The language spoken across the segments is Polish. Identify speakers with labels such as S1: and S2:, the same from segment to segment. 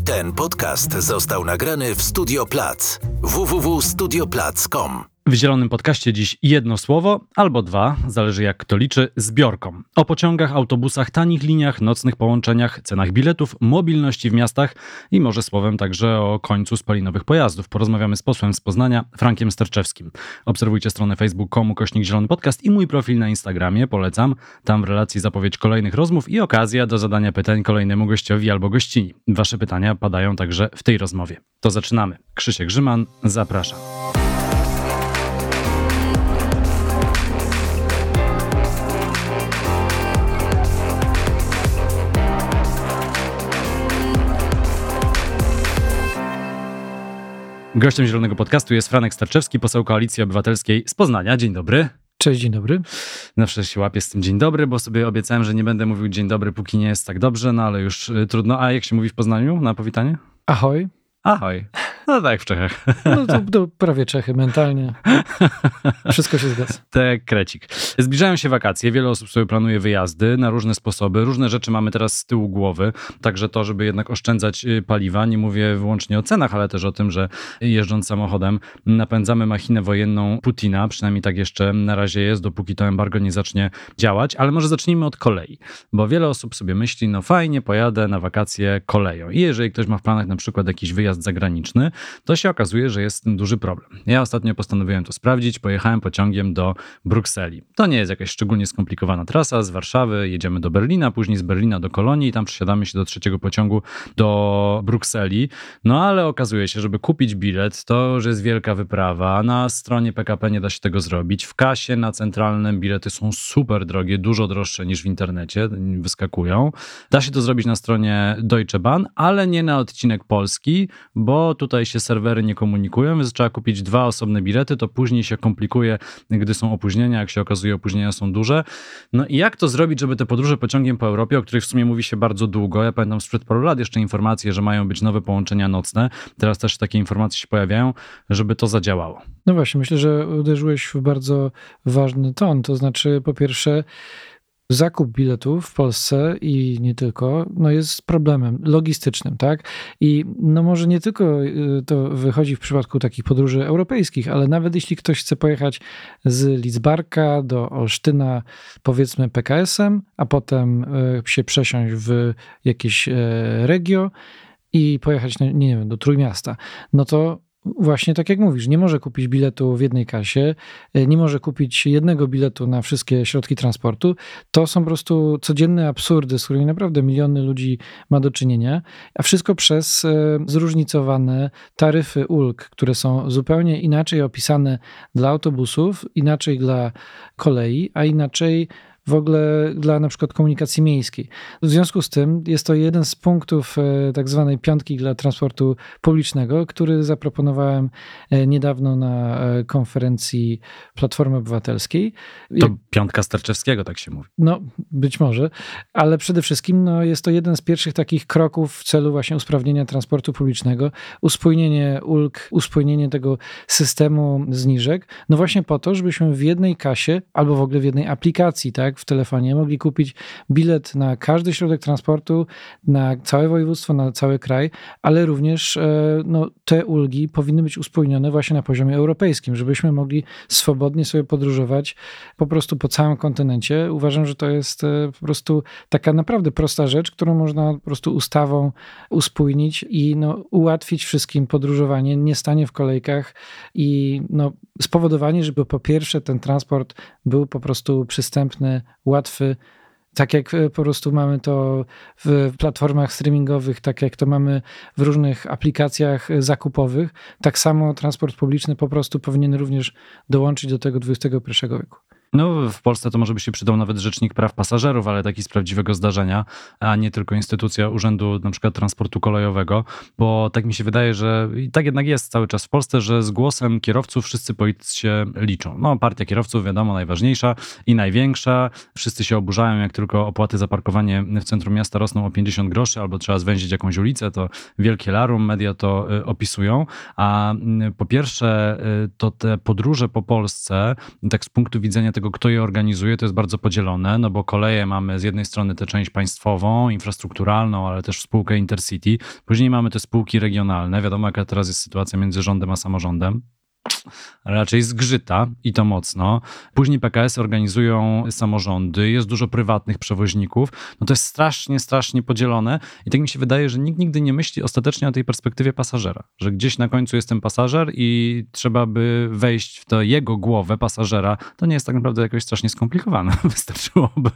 S1: Ten podcast został nagrany w Studio Plac. www.studioplac.com.
S2: W Zielonym Podcaście dziś jedno słowo, albo dwa, zależy jak kto liczy, zbiorką. O pociągach, autobusach, tanich liniach, nocnych połączeniach, cenach biletów, mobilności w miastach i może słowem także o końcu spalinowych pojazdów. Porozmawiamy z posłem z Poznania, Frankiem Sterczewskim. Obserwujcie stronę facebook.com/Zielony Podcast i mój profil na Instagramie, polecam. Tam w relacji zapowiedź kolejnych rozmów i okazja do zadania pytań kolejnemu gościowi albo gościni. Wasze pytania padają także w tej rozmowie. To zaczynamy. Krzysiek Grzyman, zapraszam. Gościem Zielonego Podcastu jest Franek Sterczewski, poseł Koalicji Obywatelskiej z Poznania. Dzień dobry.
S3: Cześć, dzień dobry.
S2: Zawsze się łapię z tym dzień dobry, bo sobie obiecałem, że nie będę mówił dzień dobry, póki nie jest tak dobrze, no ale już trudno. A jak się mówi w Poznaniu na powitanie?
S3: Ahoj.
S2: Ahoj. No tak jak w Czechach.
S3: No to prawie Czechy mentalnie. Wszystko się zgadza.
S2: Tak jak krecik. Zbliżają się wakacje, wiele osób sobie planuje wyjazdy na różne sposoby. Różne rzeczy mamy teraz z tyłu głowy. Także to, żeby jednak oszczędzać paliwa. Nie mówię wyłącznie o cenach, ale też o tym, że jeżdżąc samochodem napędzamy machinę wojenną Putina. Przynajmniej tak jeszcze na razie jest, dopóki to embargo nie zacznie działać. Ale może zacznijmy od kolei. Bo wiele osób sobie myśli, no fajnie, pojadę na wakacje koleją. I jeżeli ktoś ma w planach na przykład jakiś wyjazd zagraniczny, to się okazuje, że jest duży problem. Ja ostatnio postanowiłem to sprawdzić, pojechałem pociągiem do Brukseli. To nie jest jakaś szczególnie skomplikowana trasa, z Warszawy jedziemy do Berlina, później z Berlina do Kolonii i tam przesiadamy się do trzeciego pociągu do Brukseli. No ale okazuje się, żeby kupić bilet, to już jest wielka wyprawa. Na stronie PKP nie da się tego zrobić. W kasie na centralnym bilety są super drogie, dużo droższe niż w internecie, wyskakują. Da się to zrobić na stronie Deutsche Bahn, ale nie na odcinek polski, bo tutaj się serwery nie komunikują, więc trzeba kupić dwa osobne bilety, to później się komplikuje, gdy są opóźnienia, jak się okazuje, opóźnienia są duże. No i jak to zrobić, żeby te podróże pociągiem po Europie, o których w sumie mówi się bardzo długo, ja pamiętam sprzed paru lat jeszcze informacje, że mają być nowe połączenia nocne, teraz też takie informacje się pojawiają, żeby to zadziałało.
S3: No właśnie, myślę, że uderzyłeś w bardzo ważny ton, to znaczy po pierwsze zakup biletów w Polsce i nie tylko, no jest problemem logistycznym, tak? I no może nie tylko to wychodzi w przypadku takich podróży europejskich, ale nawet jeśli ktoś chce pojechać z Lidzbarka do Olsztyna, powiedzmy PKS-em, a potem się przesiąść w jakieś regio i pojechać, nie wiem, do Trójmiasta, no to właśnie tak jak mówisz, nie może kupić biletu w jednej kasie, nie może kupić jednego biletu na wszystkie środki transportu. To są po prostu codzienne absurdy, z którymi naprawdę miliony ludzi ma do czynienia, a wszystko przez zróżnicowane taryfy ulg, które są zupełnie inaczej opisane dla autobusów, inaczej dla kolei, a inaczej w ogóle dla na przykład komunikacji miejskiej. W związku z tym jest to jeden z punktów tak zwanej piątki dla transportu publicznego, który zaproponowałem niedawno na konferencji Platformy Obywatelskiej.
S2: To piątka Sterczewskiego, tak się mówi.
S3: No, być może, ale przede wszystkim no, jest to jeden z pierwszych takich kroków w celu właśnie usprawnienia transportu publicznego, uspójnienie ulg, uspójnienie tego systemu zniżek, no właśnie po to, żebyśmy w jednej kasie albo w ogóle w jednej aplikacji, tak, w telefonie mogli kupić bilet na każdy środek transportu, na całe województwo, na cały kraj, ale również no, te ulgi powinny być uspójnione właśnie na poziomie europejskim, żebyśmy mogli swobodnie sobie podróżować po prostu po całym kontynencie. Uważam, że to jest po prostu taka naprawdę prosta rzecz, którą można po prostu ustawą uspójnić i no, ułatwić wszystkim podróżowanie, nie stanie w kolejkach i no, spowodowanie, żeby po pierwsze ten transport był po prostu przystępny, łatwy, tak jak po prostu mamy to w platformach streamingowych, tak jak to mamy w różnych aplikacjach zakupowych, tak samo transport publiczny po prostu powinien również dołączyć do tego XXI wieku.
S2: No, w Polsce to może by się przydał nawet rzecznik praw pasażerów, ale taki z prawdziwego zdarzenia, a nie tylko instytucja Urzędu na przykład Transportu Kolejowego, bo tak mi się wydaje, że i tak jednak jest cały czas w Polsce, że z głosem kierowców wszyscy politycy się liczą. No, partia kierowców, wiadomo, najważniejsza i największa. Wszyscy się oburzają, jak tylko opłaty za parkowanie w centrum miasta rosną o 50 groszy albo trzeba zwęzić jakąś ulicę, to wielkie larum, media to opisują. A po pierwsze, to te podróże po Polsce, tak z punktu widzenia tego, kto je organizuje, to jest bardzo podzielone, no bo koleje mamy z jednej strony tę część państwową, infrastrukturalną, ale też spółkę Intercity. Później mamy te spółki regionalne. Wiadomo, jaka teraz jest sytuacja między rządem a samorządem. Raczej zgrzyta i to mocno. Później PKS organizują samorządy, jest dużo prywatnych przewoźników. No to jest strasznie podzielone i tak mi się wydaje, że nikt nigdy nie myśli ostatecznie o tej perspektywie pasażera, że gdzieś na końcu jest ten pasażer i trzeba by wejść w tę jego głowę pasażera. To nie jest tak naprawdę jakoś strasznie skomplikowane. Wystarczyłoby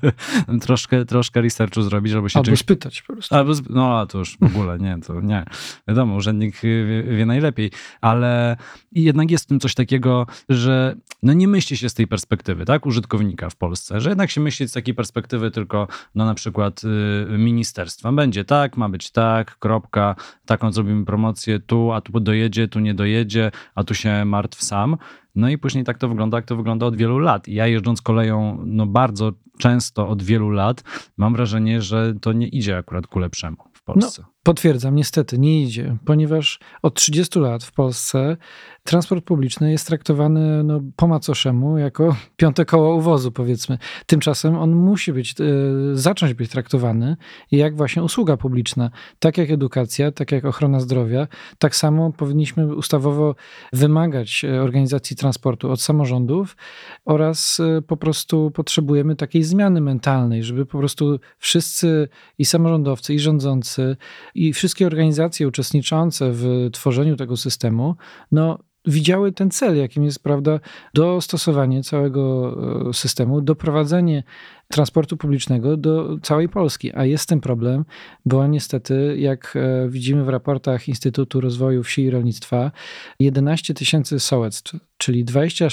S2: troszkę researchu zrobić, albo się
S3: albo spytać po prostu.
S2: No a to już w ogóle to nie. Wiadomo, urzędnik wie najlepiej, ale jednak jest w tym coś takiego, że no nie myśli się z tej perspektywy, tak, użytkownika w Polsce, że jednak się myśli z takiej perspektywy tylko, no na przykład ministerstwa. Będzie tak, ma być tak, kropka, taką zrobimy promocję tu, a tu dojedzie, tu nie dojedzie, a tu się martw sam. No i później tak to wygląda, jak to wygląda od wielu lat. I ja jeżdżąc koleją, no bardzo często od wielu lat, mam wrażenie, że to nie idzie akurat ku lepszemu w Polsce.
S3: No, potwierdzam, niestety nie idzie, ponieważ od 30 lat w Polsce transport publiczny jest traktowany po macoszemu jako piąte koło u wozu, powiedzmy. Tymczasem on musi zacząć być traktowany jak właśnie usługa publiczna. Tak jak edukacja, tak jak ochrona zdrowia, tak samo powinniśmy ustawowo wymagać organizacji transportu od samorządów oraz po prostu potrzebujemy takiej zmiany mentalnej, żeby po prostu wszyscy i samorządowcy, i rządzący, i wszystkie organizacje uczestniczące w tworzeniu tego systemu, widziały ten cel, jakim jest, prawda, dostosowanie całego systemu, doprowadzenie transportu publicznego do całej Polski. A jest ten problem, bo niestety, jak widzimy w raportach Instytutu Rozwoju Wsi i Rolnictwa, 11 000 sołectw, czyli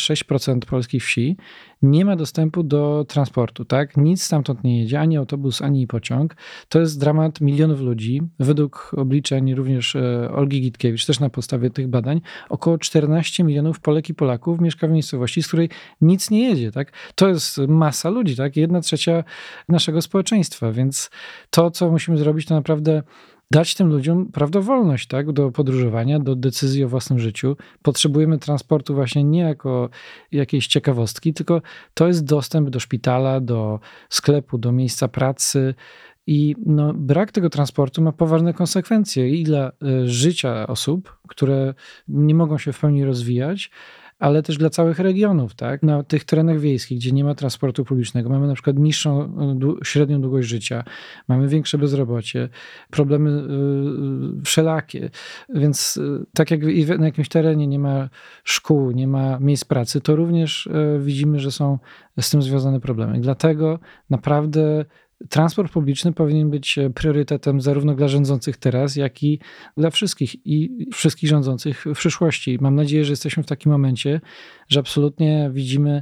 S3: 26% polskich wsi, nie ma dostępu do transportu, tak? Nic stamtąd nie jedzie, ani autobus, ani pociąg. To jest dramat milionów ludzi. Według obliczeń również Olgi Gitkiewicz, też na podstawie tych badań, około 14 milionów Polek i Polaków mieszka w miejscowości, z której nic nie jedzie, tak? To jest masa ludzi, tak? 1/3 naszego społeczeństwa, więc to, co musimy zrobić, to naprawdę dać tym ludziom wolność, tak, do podróżowania, do decyzji o własnym życiu. Potrzebujemy transportu właśnie nie jako jakiejś ciekawostki, tylko to jest dostęp do szpitala, do sklepu, do miejsca pracy. I brak tego transportu ma poważne konsekwencje i dla życia osób, które nie mogą się w pełni rozwijać, ale też dla całych regionów, tak? Na tych terenach wiejskich, gdzie nie ma transportu publicznego, mamy na przykład niższą średnią długość życia, mamy większe bezrobocie, problemy wszelakie. Więc tak jak na jakimś terenie nie ma szkół, nie ma miejsc pracy, to również widzimy, że są z tym związane problemy. Dlatego naprawdę transport publiczny powinien być priorytetem zarówno dla rządzących teraz, jak i dla wszystkich rządzących w przyszłości. Mam nadzieję, że jesteśmy w takim momencie, że absolutnie widzimy,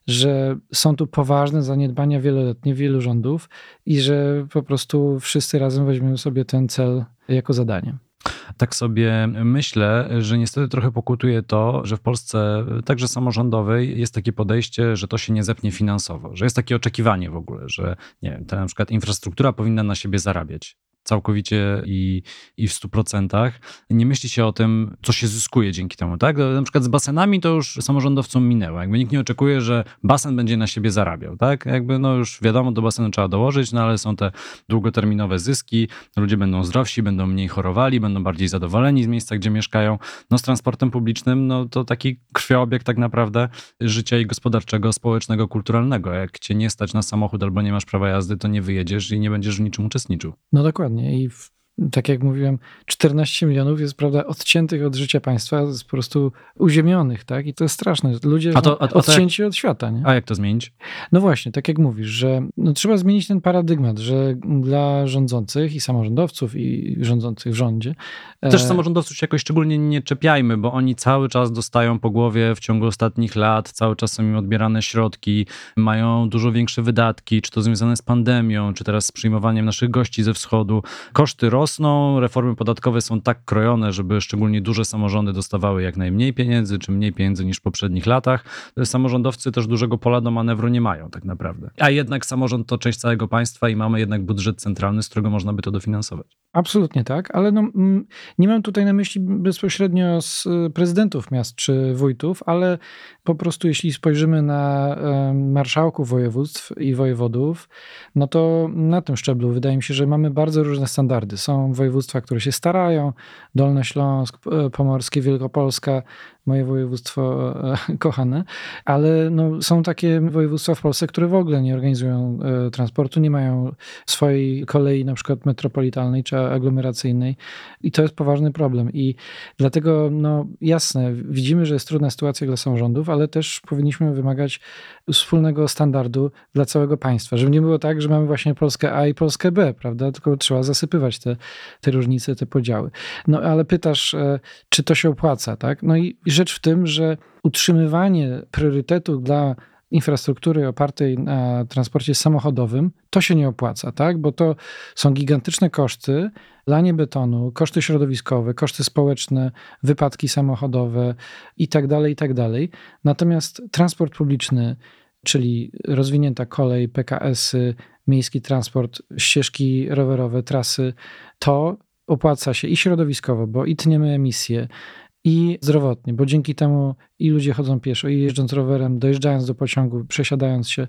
S3: że są tu poważne zaniedbania wieloletnie wielu rządów i że po prostu wszyscy razem weźmiemy sobie ten cel jako zadanie.
S2: Tak sobie myślę, że niestety trochę pokutuje to, że w Polsce także samorządowej jest takie podejście, że to się nie zepnie finansowo, że jest takie oczekiwanie w ogóle, że nie wiem, ta na przykład infrastruktura powinna na siebie zarabiać całkowicie i w 100%. Nie myśli się o tym, co się zyskuje dzięki temu, tak? Na przykład z basenami to już samorządowcom minęło. Jakby nikt nie oczekuje, że basen będzie na siebie zarabiał, tak? Jakby już wiadomo, do basenu trzeba dołożyć, ale są te długoterminowe zyski, ludzie będą zdrowsi, będą mniej chorowali, będą bardziej zadowoleni z miejsca, gdzie mieszkają. Z transportem publicznym, to taki krwiobieg tak naprawdę życia i gospodarczego, społecznego, kulturalnego. Jak cię nie stać na samochód albo nie masz prawa jazdy, to nie wyjedziesz i nie będziesz w niczym uczestniczył.
S3: No dokładnie. I tak jak mówiłem, 14 milionów jest, prawda, odciętych od życia państwa, jest po prostu uziemionych, tak? I to jest straszne. Ludzie odcięci od świata, nie?
S2: A jak to zmienić?
S3: No właśnie, tak jak mówisz, że trzeba zmienić ten paradygmat, że dla rządzących i samorządowców i rządzących w rządzie.
S2: Też samorządowców się jakoś szczególnie nie czepiajmy, bo oni cały czas dostają po głowie w ciągu ostatnich lat, cały czas są im odbierane środki, mają dużo większe wydatki, czy to związane z pandemią, czy teraz z przyjmowaniem naszych gości ze wschodu. Koszty rosną, reformy podatkowe są tak krojone, żeby szczególnie duże samorządy dostawały jak najmniej pieniędzy, czy mniej pieniędzy niż w poprzednich latach. Samorządowcy też dużego pola do manewru nie mają tak naprawdę. A jednak samorząd to część całego państwa i mamy jednak budżet centralny, z którego można by to dofinansować.
S3: Absolutnie tak, ale nie mam tutaj na myśli bezpośrednio z prezydentów miast czy wójtów, ale po prostu jeśli spojrzymy na marszałków województw i wojewodów, no to na tym szczeblu wydaje mi się, że mamy bardzo różne standardy. Są województwa, które się starają, Dolny Śląsk, Pomorskie, Wielkopolska, moje województwo kochane, ale są takie województwa w Polsce, które w ogóle nie organizują transportu, nie mają swojej kolei na przykład metropolitalnej czy aglomeracyjnej i to jest poważny problem i dlatego jasne, widzimy, że jest trudna sytuacja dla samorządów, ale też powinniśmy wymagać wspólnego standardu dla całego państwa, żeby nie było tak, że mamy właśnie Polskę A i Polskę B, prawda, tylko trzeba zasypywać te różnice, te podziały. Ale pytasz, czy to się opłaca, tak? I rzecz w tym, że utrzymywanie priorytetu dla infrastruktury opartej na transporcie samochodowym, to się nie opłaca, tak? Bo to są gigantyczne koszty, lanie betonu, koszty środowiskowe, koszty społeczne, wypadki samochodowe i tak dalej. Natomiast transport publiczny, czyli rozwinięta kolej, PKS-y, miejski transport, ścieżki rowerowe, trasy, to opłaca się i środowiskowo, bo i tniemy emisje, i zdrowotnie, bo dzięki temu i ludzie chodzą pieszo, i jeżdżąc rowerem, dojeżdżając do pociągu, przesiadając się,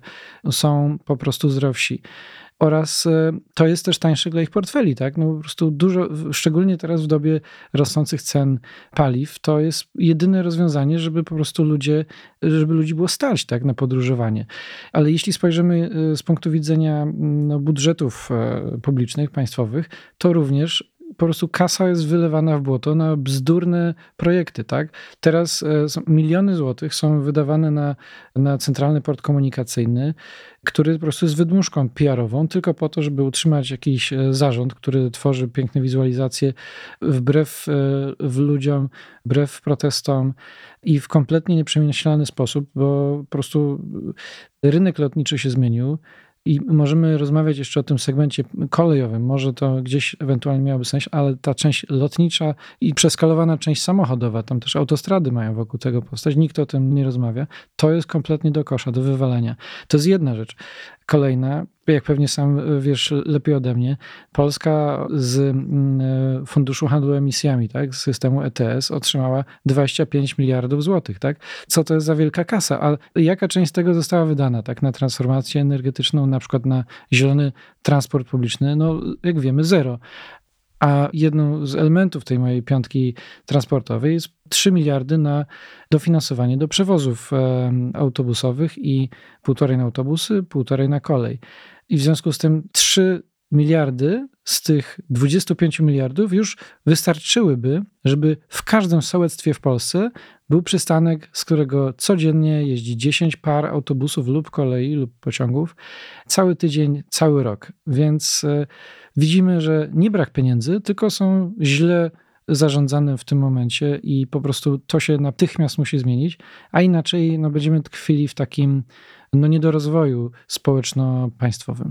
S3: są po prostu zdrowsi. Oraz to jest też tańsze dla ich portfeli, tak? Po prostu dużo, szczególnie teraz w dobie rosnących cen paliw, to jest jedyne rozwiązanie, żeby po prostu żeby ludzi było stać, tak, na podróżowanie. Ale jeśli spojrzymy z punktu widzenia budżetów publicznych, państwowych, to również po prostu kasa jest wylewana w błoto na bzdurne projekty, tak? Teraz miliony złotych są wydawane na Centralny Port Komunikacyjny, który po prostu jest wydmuszką PR-ową, tylko po to, żeby utrzymać jakiś zarząd, który tworzy piękne wizualizacje wbrew ludziom, wbrew protestom i w kompletnie nieprzemyślany sposób, bo po prostu rynek lotniczy się zmienił. I możemy rozmawiać jeszcze o tym segmencie kolejowym. Może to gdzieś ewentualnie miałoby sens, ale ta część lotnicza i przeskalowana część samochodowa, tam też autostrady mają wokół tego powstać. Nikt o tym nie rozmawia. To jest kompletnie do kosza, do wywalenia. To jest jedna rzecz. Kolejna, jak pewnie sam wiesz lepiej ode mnie, Polska z Funduszu Handlu Emisjami, tak, z systemu ETS otrzymała 25 miliardów złotych. Tak? Co to jest za wielka kasa? A jaka część z tego została wydana tak, na transformację energetyczną, na przykład na zielony transport publiczny? Jak wiemy, zero. A jedną z elementów tej mojej piątki transportowej jest 3 miliardy na dofinansowanie do przewozów autobusowych i 1,5 na autobusy, 1,5 na kolej. I w związku z tym 3 miliardy z tych 25 miliardów już wystarczyłyby, żeby w każdym sołectwie w Polsce był przystanek, z którego codziennie jeździ 10 par autobusów lub kolei lub pociągów cały tydzień, cały rok. Więc widzimy, że nie brak pieniędzy, tylko są źle zarządzane w tym momencie i po prostu to się natychmiast musi zmienić, a inaczej będziemy tkwili w takim niedorozwoju społeczno-państwowym.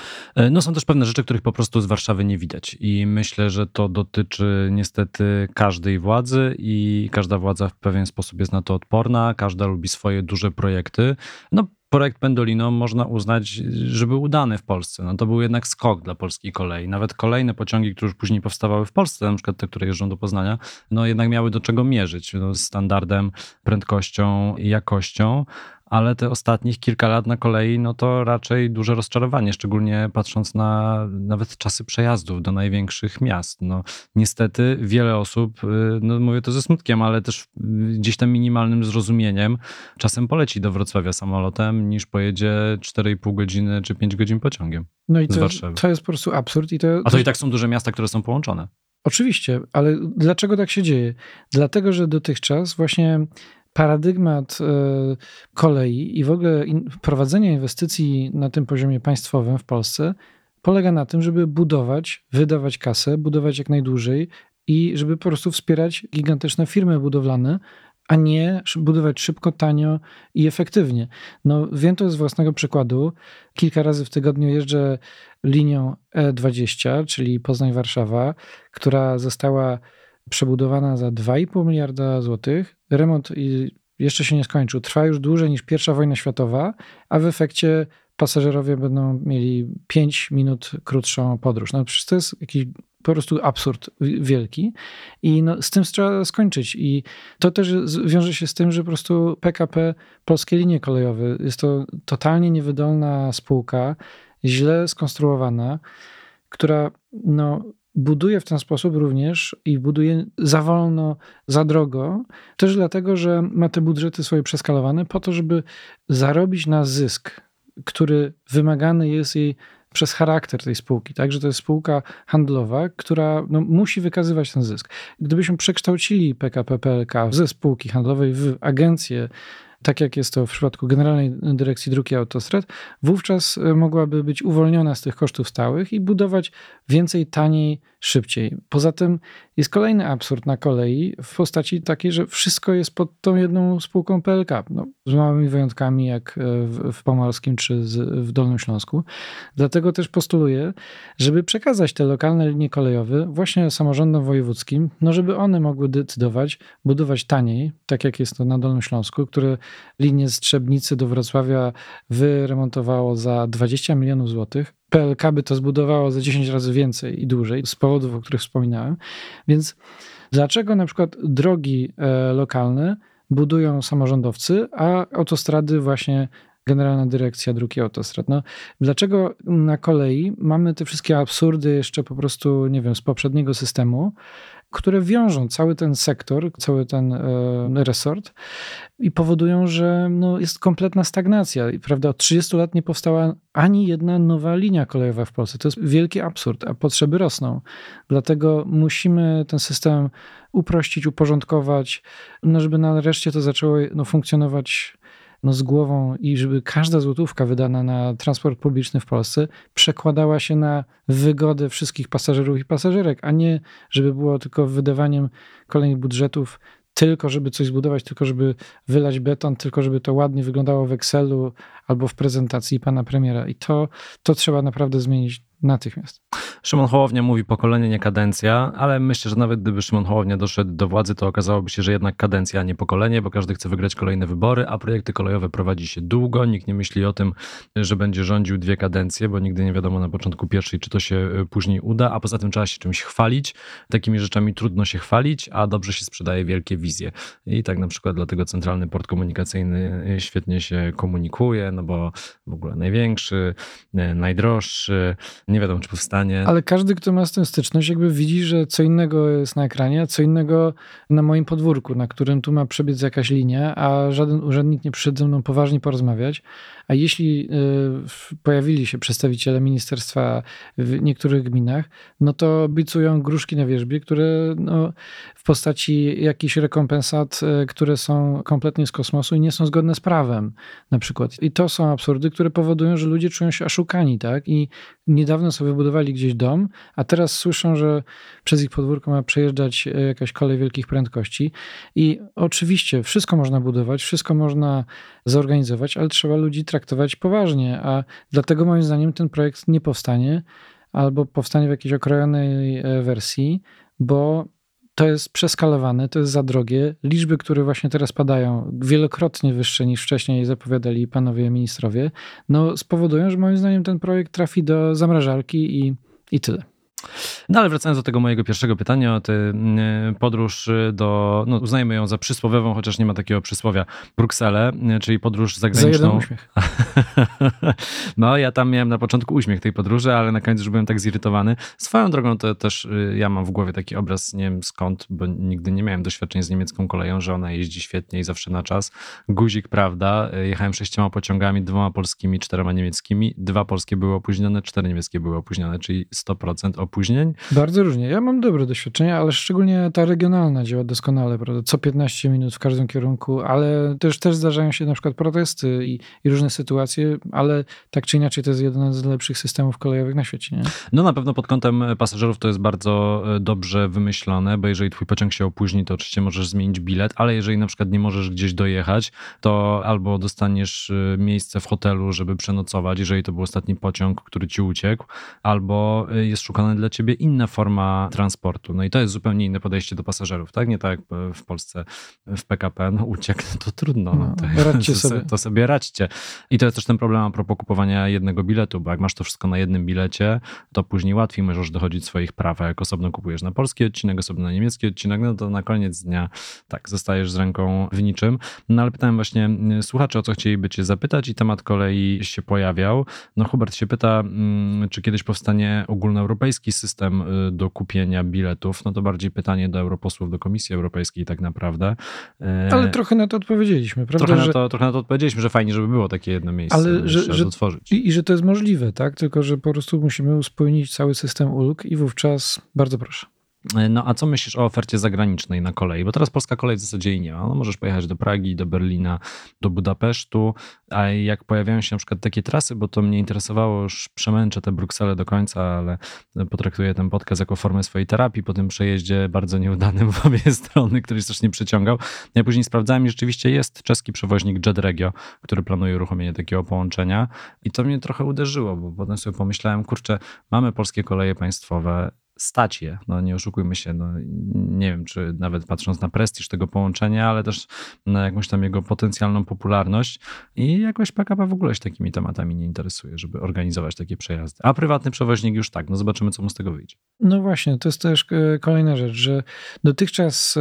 S2: Są też pewne rzeczy, których po prostu z Warszawy nie widać i myślę, że to dotyczy niestety każdej władzy i każda władza w pewien sposób jest na to odporna, każda lubi swoje duże projekty. Projekt Pendolino można uznać, że był udany w Polsce. To był jednak skok dla polskiej kolei. Nawet kolejne pociągi, które już później powstawały w Polsce, na przykład te, które jeżdżą do Poznania, jednak miały do czego mierzyć standardem, prędkością i jakością. Ale te ostatnich kilka lat na kolei, to raczej duże rozczarowanie, szczególnie patrząc na nawet czasy przejazdów do największych miast. Niestety wiele osób, mówię to ze smutkiem, ale też gdzieś tam minimalnym zrozumieniem, czasem poleci do Wrocławia samolotem, niż pojedzie 4,5 godziny czy 5 godzin pociągiem z Warszawy.
S3: To jest po prostu absurd.
S2: A to i tak są duże miasta, które są połączone.
S3: Oczywiście, ale dlaczego tak się dzieje? Dlatego, że dotychczas właśnie paradygmat kolei i w ogóle prowadzenie inwestycji na tym poziomie państwowym w Polsce polega na tym, żeby budować, wydawać kasę, budować jak najdłużej i żeby po prostu wspierać gigantyczne firmy budowlane, a nie budować szybko, tanio i efektywnie. Wiem to z własnego przykładu. Kilka razy w tygodniu jeżdżę linią E20, czyli Poznań-Warszawa, która została przebudowana za 2,5 miliarda złotych. Remont jeszcze się nie skończył. Trwa już dłużej niż I wojna światowa, a w efekcie pasażerowie będą mieli 5 minut krótszą podróż. Przecież to jest jakiś po prostu absurd wielki i no, z tym trzeba skończyć. I to też wiąże się z tym, że po prostu PKP, Polskie Linie Kolejowe, jest to totalnie niewydolna spółka, źle skonstruowana, która no, buduje w ten sposób również i buduje za wolno, za drogo, też dlatego, że ma te budżety swoje przeskalowane po to, żeby zarobić na zysk, który wymagany jest jej przez charakter tej spółki, tak, że to jest spółka handlowa, która no, musi wykazywać ten zysk. Gdybyśmy przekształcili PKP PLK ze spółki handlowej w agencję, tak jak jest to w przypadku Generalnej Dyrekcji Dróg i Autostrad, wówczas mogłaby być uwolniona z tych kosztów stałych i budować więcej, taniej, szybciej. Poza tym jest kolejny absurd na kolei w postaci takiej, że wszystko jest pod tą jedną spółką PLK. No, z małymi wyjątkami jak w Pomorskim czy w Dolnym Śląsku. Dlatego też postuluję, żeby przekazać te lokalne linie kolejowe właśnie samorządom wojewódzkim, no żeby one mogły decydować, budować taniej, tak jak jest to na Dolnym Śląsku, które linię z Trzebnicy do Wrocławia wyremontowało za 20 milionów złotych. PLK by to zbudowało za 10 razy więcej i dłużej z powodów, o których wspominałem. Więc dlaczego na przykład drogi lokalne budują samorządowcy, a autostrady właśnie Generalna Dyrekcja Dróg i Autostrad? No, dlaczego na kolei mamy te wszystkie absurdy jeszcze po prostu, nie wiem, z poprzedniego systemu, które wiążą cały ten sektor, cały ten resort i powodują, że no, jest kompletna stagnacja. I, prawda, od 30 lat nie powstała ani jedna nowa linia kolejowa w Polsce. To jest wielki absurd, a potrzeby rosną. Dlatego musimy ten system uprościć, uporządkować, no, żeby nareszcie to zaczęło no, funkcjonować no, z głową i żeby każda złotówka wydana na transport publiczny w Polsce przekładała się na wygodę wszystkich pasażerów i pasażerek, a nie żeby było tylko wydawaniem kolejnych budżetów tylko żeby coś zbudować, tylko żeby wylać beton, tylko żeby to ładnie wyglądało w Excelu albo w prezentacji pana premiera. I to trzeba naprawdę zmienić natychmiast.
S2: Szymon Hołownia mówi pokolenie, nie kadencja, ale myślę, że nawet gdyby Szymon Hołownia doszedł do władzy, to okazałoby się, że jednak kadencja, a nie pokolenie, bo każdy chce wygrać kolejne wybory, a projekty kolejowe prowadzi się długo. Nikt nie myśli o tym, że będzie rządził 2 kadencje, bo nigdy nie wiadomo na początku pierwszej, czy to się później uda, a poza tym trzeba się czymś chwalić. Takimi rzeczami trudno się chwalić, a dobrze się sprzedaje wielkie wizje. I tak na przykład dlatego Centralny Port Komunikacyjny świetnie się komunikuje, no bo w ogóle największy, najdroższy, nie wiadomo, czy powstanie.
S3: Ale każdy, kto ma z tym styczność, jakby widzi, że co innego jest na ekranie, a co innego na moim podwórku, na którym tu ma przebiec jakaś linia, a żaden urzędnik nie przyszedł ze mną poważnie porozmawiać. A jeśli pojawili się przedstawiciele ministerstwa w niektórych gminach, no to obiecują gruszki na wierzbie, które no, w postaci jakichś rekompensat, które są kompletnie z kosmosu i nie są zgodne z prawem na przykład. I to są absurdy, które powodują, że ludzie czują się oszukani, tak? I niedawno sobie wybudowali gdzieś dom, a teraz słyszą, że przez ich podwórko ma przejeżdżać jakaś kolej wielkich prędkości. I oczywiście wszystko można budować, wszystko można zorganizować, ale trzeba ludzi traktować poważnie, a dlatego moim zdaniem ten projekt nie powstanie albo powstanie w jakiejś okrojonej wersji, bo to jest przeskalowane, to jest za drogie. Liczby, które właśnie teraz padają, wielokrotnie wyższe niż wcześniej zapowiadali panowie ministrowie, no spowodują, że moim zdaniem ten projekt trafi do zamrażarki i tyle.
S2: No ale wracając do tego mojego pierwszego pytania o tę podróż no uznajmy ją za przysłowiową, chociaż nie ma takiego przysłowia, Brukselę, czyli podróż zagraniczną.
S3: Za jeden uśmiech.
S2: No ja tam miałem na początku uśmiech tej podróży, ale na końcu już byłem tak zirytowany. Swoją drogą to też ja mam w głowie taki obraz, nie wiem skąd, bo nigdy nie miałem doświadczeń z niemiecką koleją, że ona jeździ świetnie i zawsze na czas. Guzik, prawda, jechałem 6 pociągami, 2 polskimi, 4 niemieckimi, 2 polskie były opóźnione, 4 niemieckie były opóźnione, czyli 100% opóźnień.
S3: Bardzo różnie. Ja mam dobre doświadczenia, ale szczególnie ta regionalna działa doskonale, prawda? Co 15 minut w każdym kierunku, ale też zdarzają się na przykład protesty i różne sytuacje, ale tak czy inaczej to jest jeden z lepszych systemów kolejowych na świecie, nie?
S2: No na pewno pod kątem pasażerów to jest bardzo dobrze wymyślone, bo jeżeli twój pociąg się opóźni, to oczywiście możesz zmienić bilet, ale jeżeli na przykład nie możesz gdzieś dojechać, to albo dostaniesz miejsce w hotelu, żeby przenocować, jeżeli to był ostatni pociąg, który ci uciekł, albo jest szukany dla ciebie inna forma transportu. No i to jest zupełnie inne podejście do pasażerów, tak? Nie tak jak w Polsce w PKP, uciekł, to trudno.
S3: Radźcie sobie.
S2: To sobie radźcie. I to jest też ten problem a propos kupowania jednego biletu, bo jak masz to wszystko na jednym bilecie, to później łatwiej możesz dochodzić swoich praw, a jak osobno kupujesz na polski odcinek, osobno na niemiecki odcinek, no to na koniec dnia tak, zostajesz z ręką w niczym. No ale pytałem właśnie słuchaczy, o co chcieliby cię zapytać i temat kolei się pojawiał. No Hubert się pyta, czy kiedyś powstanie ogólnoeuropejski system do kupienia biletów. No to bardziej pytanie do europosłów, do Komisji Europejskiej tak naprawdę.
S3: Ale trochę na to odpowiedzieliśmy, prawda?
S2: Trochę na to odpowiedzieliśmy, że fajnie, żeby było takie jedno miejsce,
S3: ale że
S2: otworzyć.
S3: I że to jest możliwe, tak? Tylko, że po prostu musimy uspójnić cały system ulg i wówczas bardzo proszę.
S2: No a co myślisz o ofercie zagranicznej na kolei? Bo teraz polska kolej w zasadzie jej nie ma. No, możesz pojechać do Pragi, do Berlina, do Budapesztu, a jak pojawiają się na przykład takie trasy, bo to mnie interesowało, już przemęczę tę Brukselę do końca, ale potraktuję ten podcast jako formę swojej terapii po tym przejeździe bardzo nieudanym w obie strony, który strasznie przyciągał. Ja później sprawdzałem i rzeczywiście jest czeski przewoźnik JetRegio, który planuje uruchomienie takiego połączenia i to mnie trochę uderzyło, bo potem sobie pomyślałem, kurczę, mamy polskie koleje państwowe, stać je, no nie oszukujmy się, no nie wiem, czy nawet patrząc na prestiż tego połączenia, ale też na jakąś tam jego potencjalną popularność i jakoś PKP w ogóle się takimi tematami nie interesuje, żeby organizować takie przejazdy. A prywatny przewoźnik już tak, no zobaczymy, co mu z tego wyjdzie.
S3: No właśnie, to jest też kolejna rzecz, że dotychczas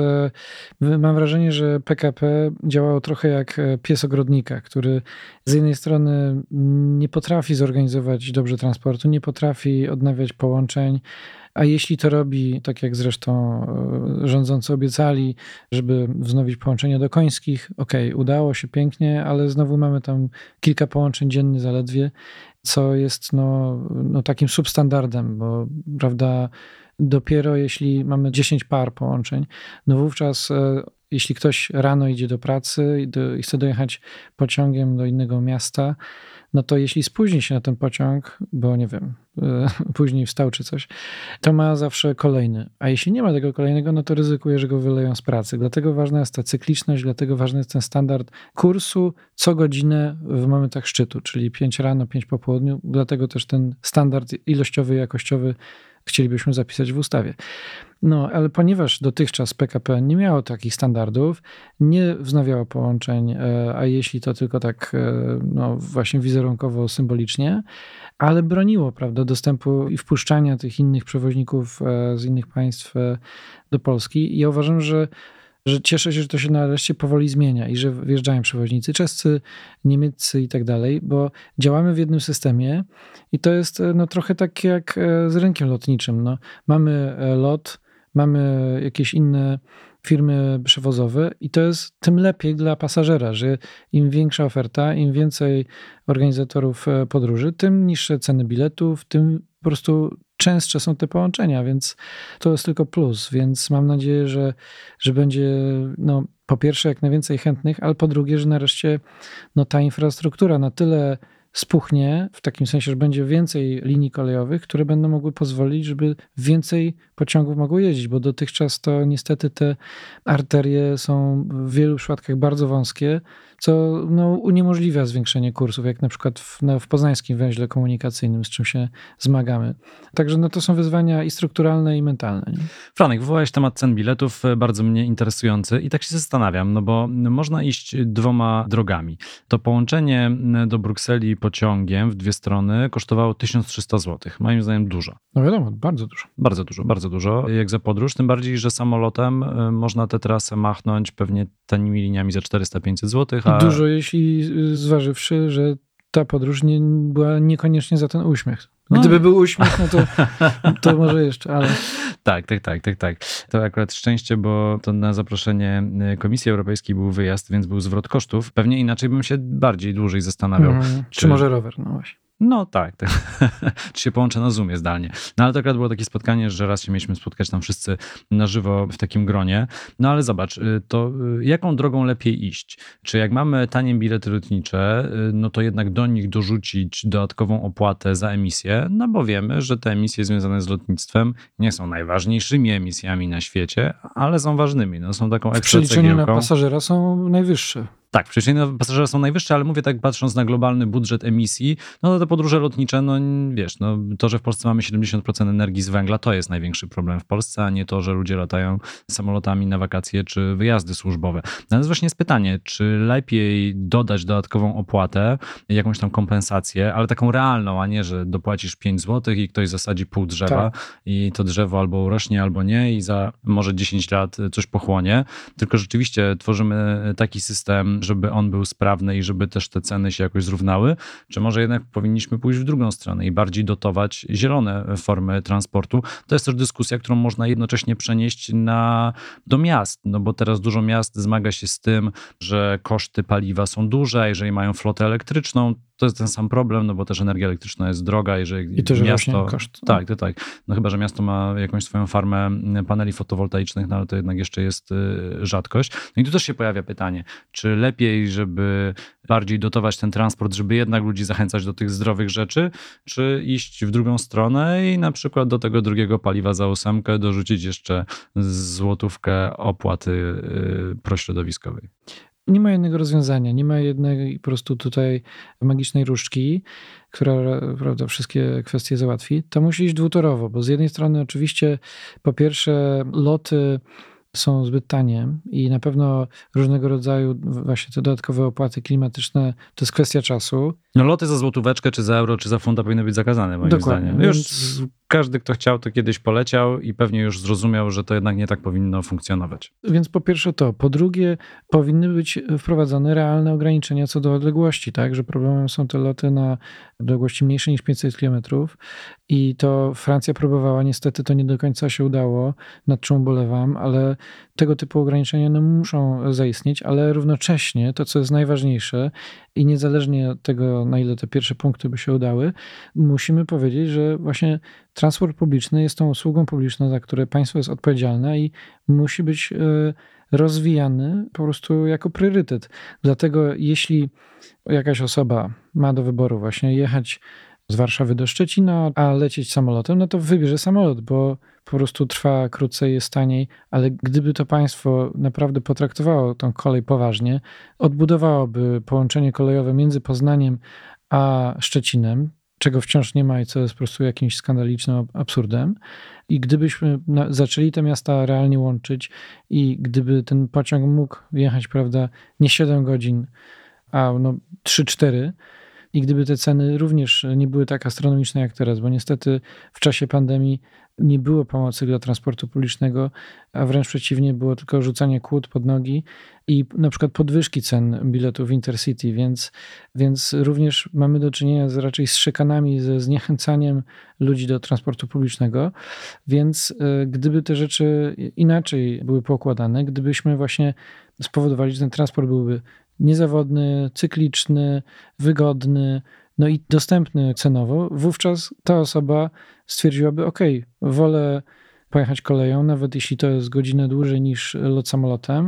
S3: mam wrażenie, że PKP działało trochę jak pies ogrodnika, który z jednej strony nie potrafi zorganizować dobrze transportu, nie potrafi odnawiać połączeń, a jeśli to robi, tak jak zresztą rządzący obiecali, żeby wznowić połączenia do Końskich, udało się pięknie, ale znowu mamy tam kilka połączeń dziennie zaledwie, co jest no takim substandardem, bo prawda, dopiero jeśli mamy 10 par połączeń, no wówczas jeśli ktoś rano idzie do pracy i chce dojechać pociągiem do innego miasta, no to jeśli spóźni się na ten pociąg, bo nie wiem, później wstał czy coś, to ma zawsze kolejny. A jeśli nie ma tego kolejnego, no to ryzykuje, że go wyleją z pracy. Dlatego ważna jest ta cykliczność, dlatego ważny jest ten standard kursu co godzinę w momentach szczytu, czyli 5 rano, 5 po południu. Dlatego też ten standard ilościowy i jakościowy chcielibyśmy zapisać w ustawie. No, ale ponieważ dotychczas PKP nie miało takich standardów, nie wznawiało połączeń, a jeśli to tylko tak no właśnie wizerunkowo, symbolicznie, ale broniło, prawda, dostępu i wpuszczania tych innych przewoźników z innych państw do Polski. I ja uważam, że cieszę się, że to się nareszcie powoli zmienia i że wjeżdżają przewoźnicy czescy, niemieccy i tak dalej, bo działamy w jednym systemie i to jest no, trochę tak jak z rynkiem lotniczym. No, mamy LOT, mamy jakieś inne firmy przewozowe i to jest tym lepiej dla pasażera, że im większa oferta, im więcej organizatorów podróży, tym niższe ceny biletów, tym po prostu częstsze są te połączenia, więc to jest tylko plus, więc mam nadzieję, że będzie no, po pierwsze jak najwięcej chętnych, ale po drugie, że nareszcie no, ta infrastruktura na tyle spuchnie, w takim sensie, że będzie więcej linii kolejowych, które będą mogły pozwolić, żeby więcej pociągów mogło jeździć, bo dotychczas to niestety te arterie są w wielu przypadkach bardzo wąskie, co no, uniemożliwia zwiększenie kursów, jak na przykład w poznańskim węźle komunikacyjnym, z czym się zmagamy. Także no, to są wyzwania i strukturalne, i mentalne. Nie?
S2: Franek, wywołałeś temat cen biletów, bardzo mnie interesujący i tak się zastanawiam, no bo można iść dwoma drogami. To połączenie do Brukseli pociągiem w dwie strony kosztowało 1300 zł. Moim zdaniem dużo.
S3: No wiadomo, bardzo dużo.
S2: Bardzo dużo, jak za podróż. Tym bardziej, że samolotem można tę trasę machnąć pewnie tanimi liniami za 400-500 zł.
S3: Dużo, jeśli zważywszy, że ta podróż nie była niekoniecznie za ten uśmiech. Gdyby był uśmiech, no to może jeszcze, ale...
S2: Tak. To akurat szczęście, bo to na zaproszenie Komisji Europejskiej był wyjazd, więc był zwrot kosztów. Pewnie inaczej bym się dłużej zastanawiał.
S3: Czy może rower, no właśnie.
S2: No tak. Czy się połączę na Zoomie zdalnie. No ale to akurat było takie spotkanie, że raz się mieliśmy spotkać tam wszyscy na żywo w takim gronie. No ale zobacz, to jaką drogą lepiej iść? Czy jak mamy tanie bilety lotnicze, no to jednak do nich dorzucić dodatkową opłatę za emisję, no bo wiemy, że te emisje związane z lotnictwem nie są najważniejszymi emisjami na świecie, ale są ważnymi. No są taką ekstra
S3: w przeliczeniu
S2: cegiełką.
S3: na pasażera są najwyższe.
S2: Tak, przeliczenia pasażera są najwyższe, ale mówię tak patrząc na globalny budżet emisji, no to te podróże lotnicze, no wiesz, no to, że w Polsce mamy 70% energii z węgla, to jest największy problem w Polsce, a nie to, że ludzie latają samolotami na wakacje czy wyjazdy służbowe. Natomiast właśnie jest pytanie, czy lepiej dodać dodatkową opłatę, jakąś tam kompensację, ale taką realną, a nie, że dopłacisz 5 zł i ktoś zasadzi pół drzewa i to drzewo albo urośnie, albo nie i za może 10 lat coś pochłonie, tylko rzeczywiście tworzymy taki system, żeby on był sprawny i żeby też te ceny się jakoś zrównały, czy może jednak powinniśmy pójść w drugą stronę i bardziej dotować zielone formy transportu. To jest też dyskusja, którą można jednocześnie przenieść do miast, no bo teraz dużo miast zmaga się z tym, że koszty paliwa są duże, a jeżeli mają flotę elektryczną, to jest ten sam problem, no bo też energia elektryczna jest droga. Jeżeli
S3: I to, że
S2: miasto,
S3: koszt.
S2: Tak. No chyba, że miasto ma jakąś swoją farmę paneli fotowoltaicznych, no ale to jednak jeszcze jest rzadkość. No i tu też się pojawia pytanie, czy lepiej, żeby bardziej dotować ten transport, żeby jednak ludzi zachęcać do tych zdrowych rzeczy, czy iść w drugą stronę i na przykład do tego drugiego paliwa za 8 dorzucić jeszcze złotówkę opłaty prośrodowiskowej.
S3: Nie ma jednego rozwiązania, nie ma jednej po prostu tutaj magicznej różdżki, która, prawda, wszystkie kwestie załatwi. To musi iść dwutorowo, bo z jednej strony oczywiście po pierwsze loty są zbyt tanie i na pewno różnego rodzaju właśnie te dodatkowe opłaty klimatyczne to jest kwestia czasu.
S2: No loty za złotóweczkę, czy za euro, czy za funta powinny być zakazane, moim zdaniem. Już każdy, kto chciał, to kiedyś poleciał i pewnie już zrozumiał, że to jednak nie tak powinno funkcjonować.
S3: Więc po pierwsze to. Po drugie, powinny być wprowadzone realne ograniczenia co do odległości, tak? Że problemem są te loty na odległości mniejsze niż 500 km i to Francja próbowała, niestety to nie do końca się udało, nad czym ubolewam, ale tego typu ograniczenia no, muszą zaistnieć, ale równocześnie to, co jest najważniejsze i niezależnie od tego, na ile te pierwsze punkty by się udały, musimy powiedzieć, że właśnie transport publiczny jest tą usługą publiczną, za które państwo jest odpowiedzialne i musi być rozwijany po prostu jako priorytet. Dlatego jeśli jakaś osoba ma do wyboru właśnie jechać z Warszawy do Szczecina, a lecieć samolotem, no to wybierze samolot, bo po prostu trwa krócej, jest taniej, ale gdyby to państwo naprawdę potraktowało tą kolej poważnie, odbudowałoby połączenie kolejowe między Poznaniem a Szczecinem, czego wciąż nie ma i co jest po prostu jakimś skandalicznym absurdem. I gdybyśmy zaczęli te miasta realnie łączyć i gdyby ten pociąg mógł jechać, prawda, nie 7 godzin, a no 3-4, i gdyby te ceny również nie były tak astronomiczne jak teraz, bo niestety w czasie pandemii nie było pomocy dla transportu publicznego, a wręcz przeciwnie, było tylko rzucanie kłód pod nogi i na przykład podwyżki cen biletów Intercity, więc również mamy do czynienia raczej z szykanami, ze zniechęcaniem ludzi do transportu publicznego, więc gdyby te rzeczy inaczej były poukładane, gdybyśmy właśnie spowodowali, że ten transport byłby niezawodny, cykliczny, wygodny, no i dostępny cenowo, wówczas ta osoba stwierdziłaby, wolę pojechać koleją, nawet jeśli to jest godzinę dłużej niż lot samolotem,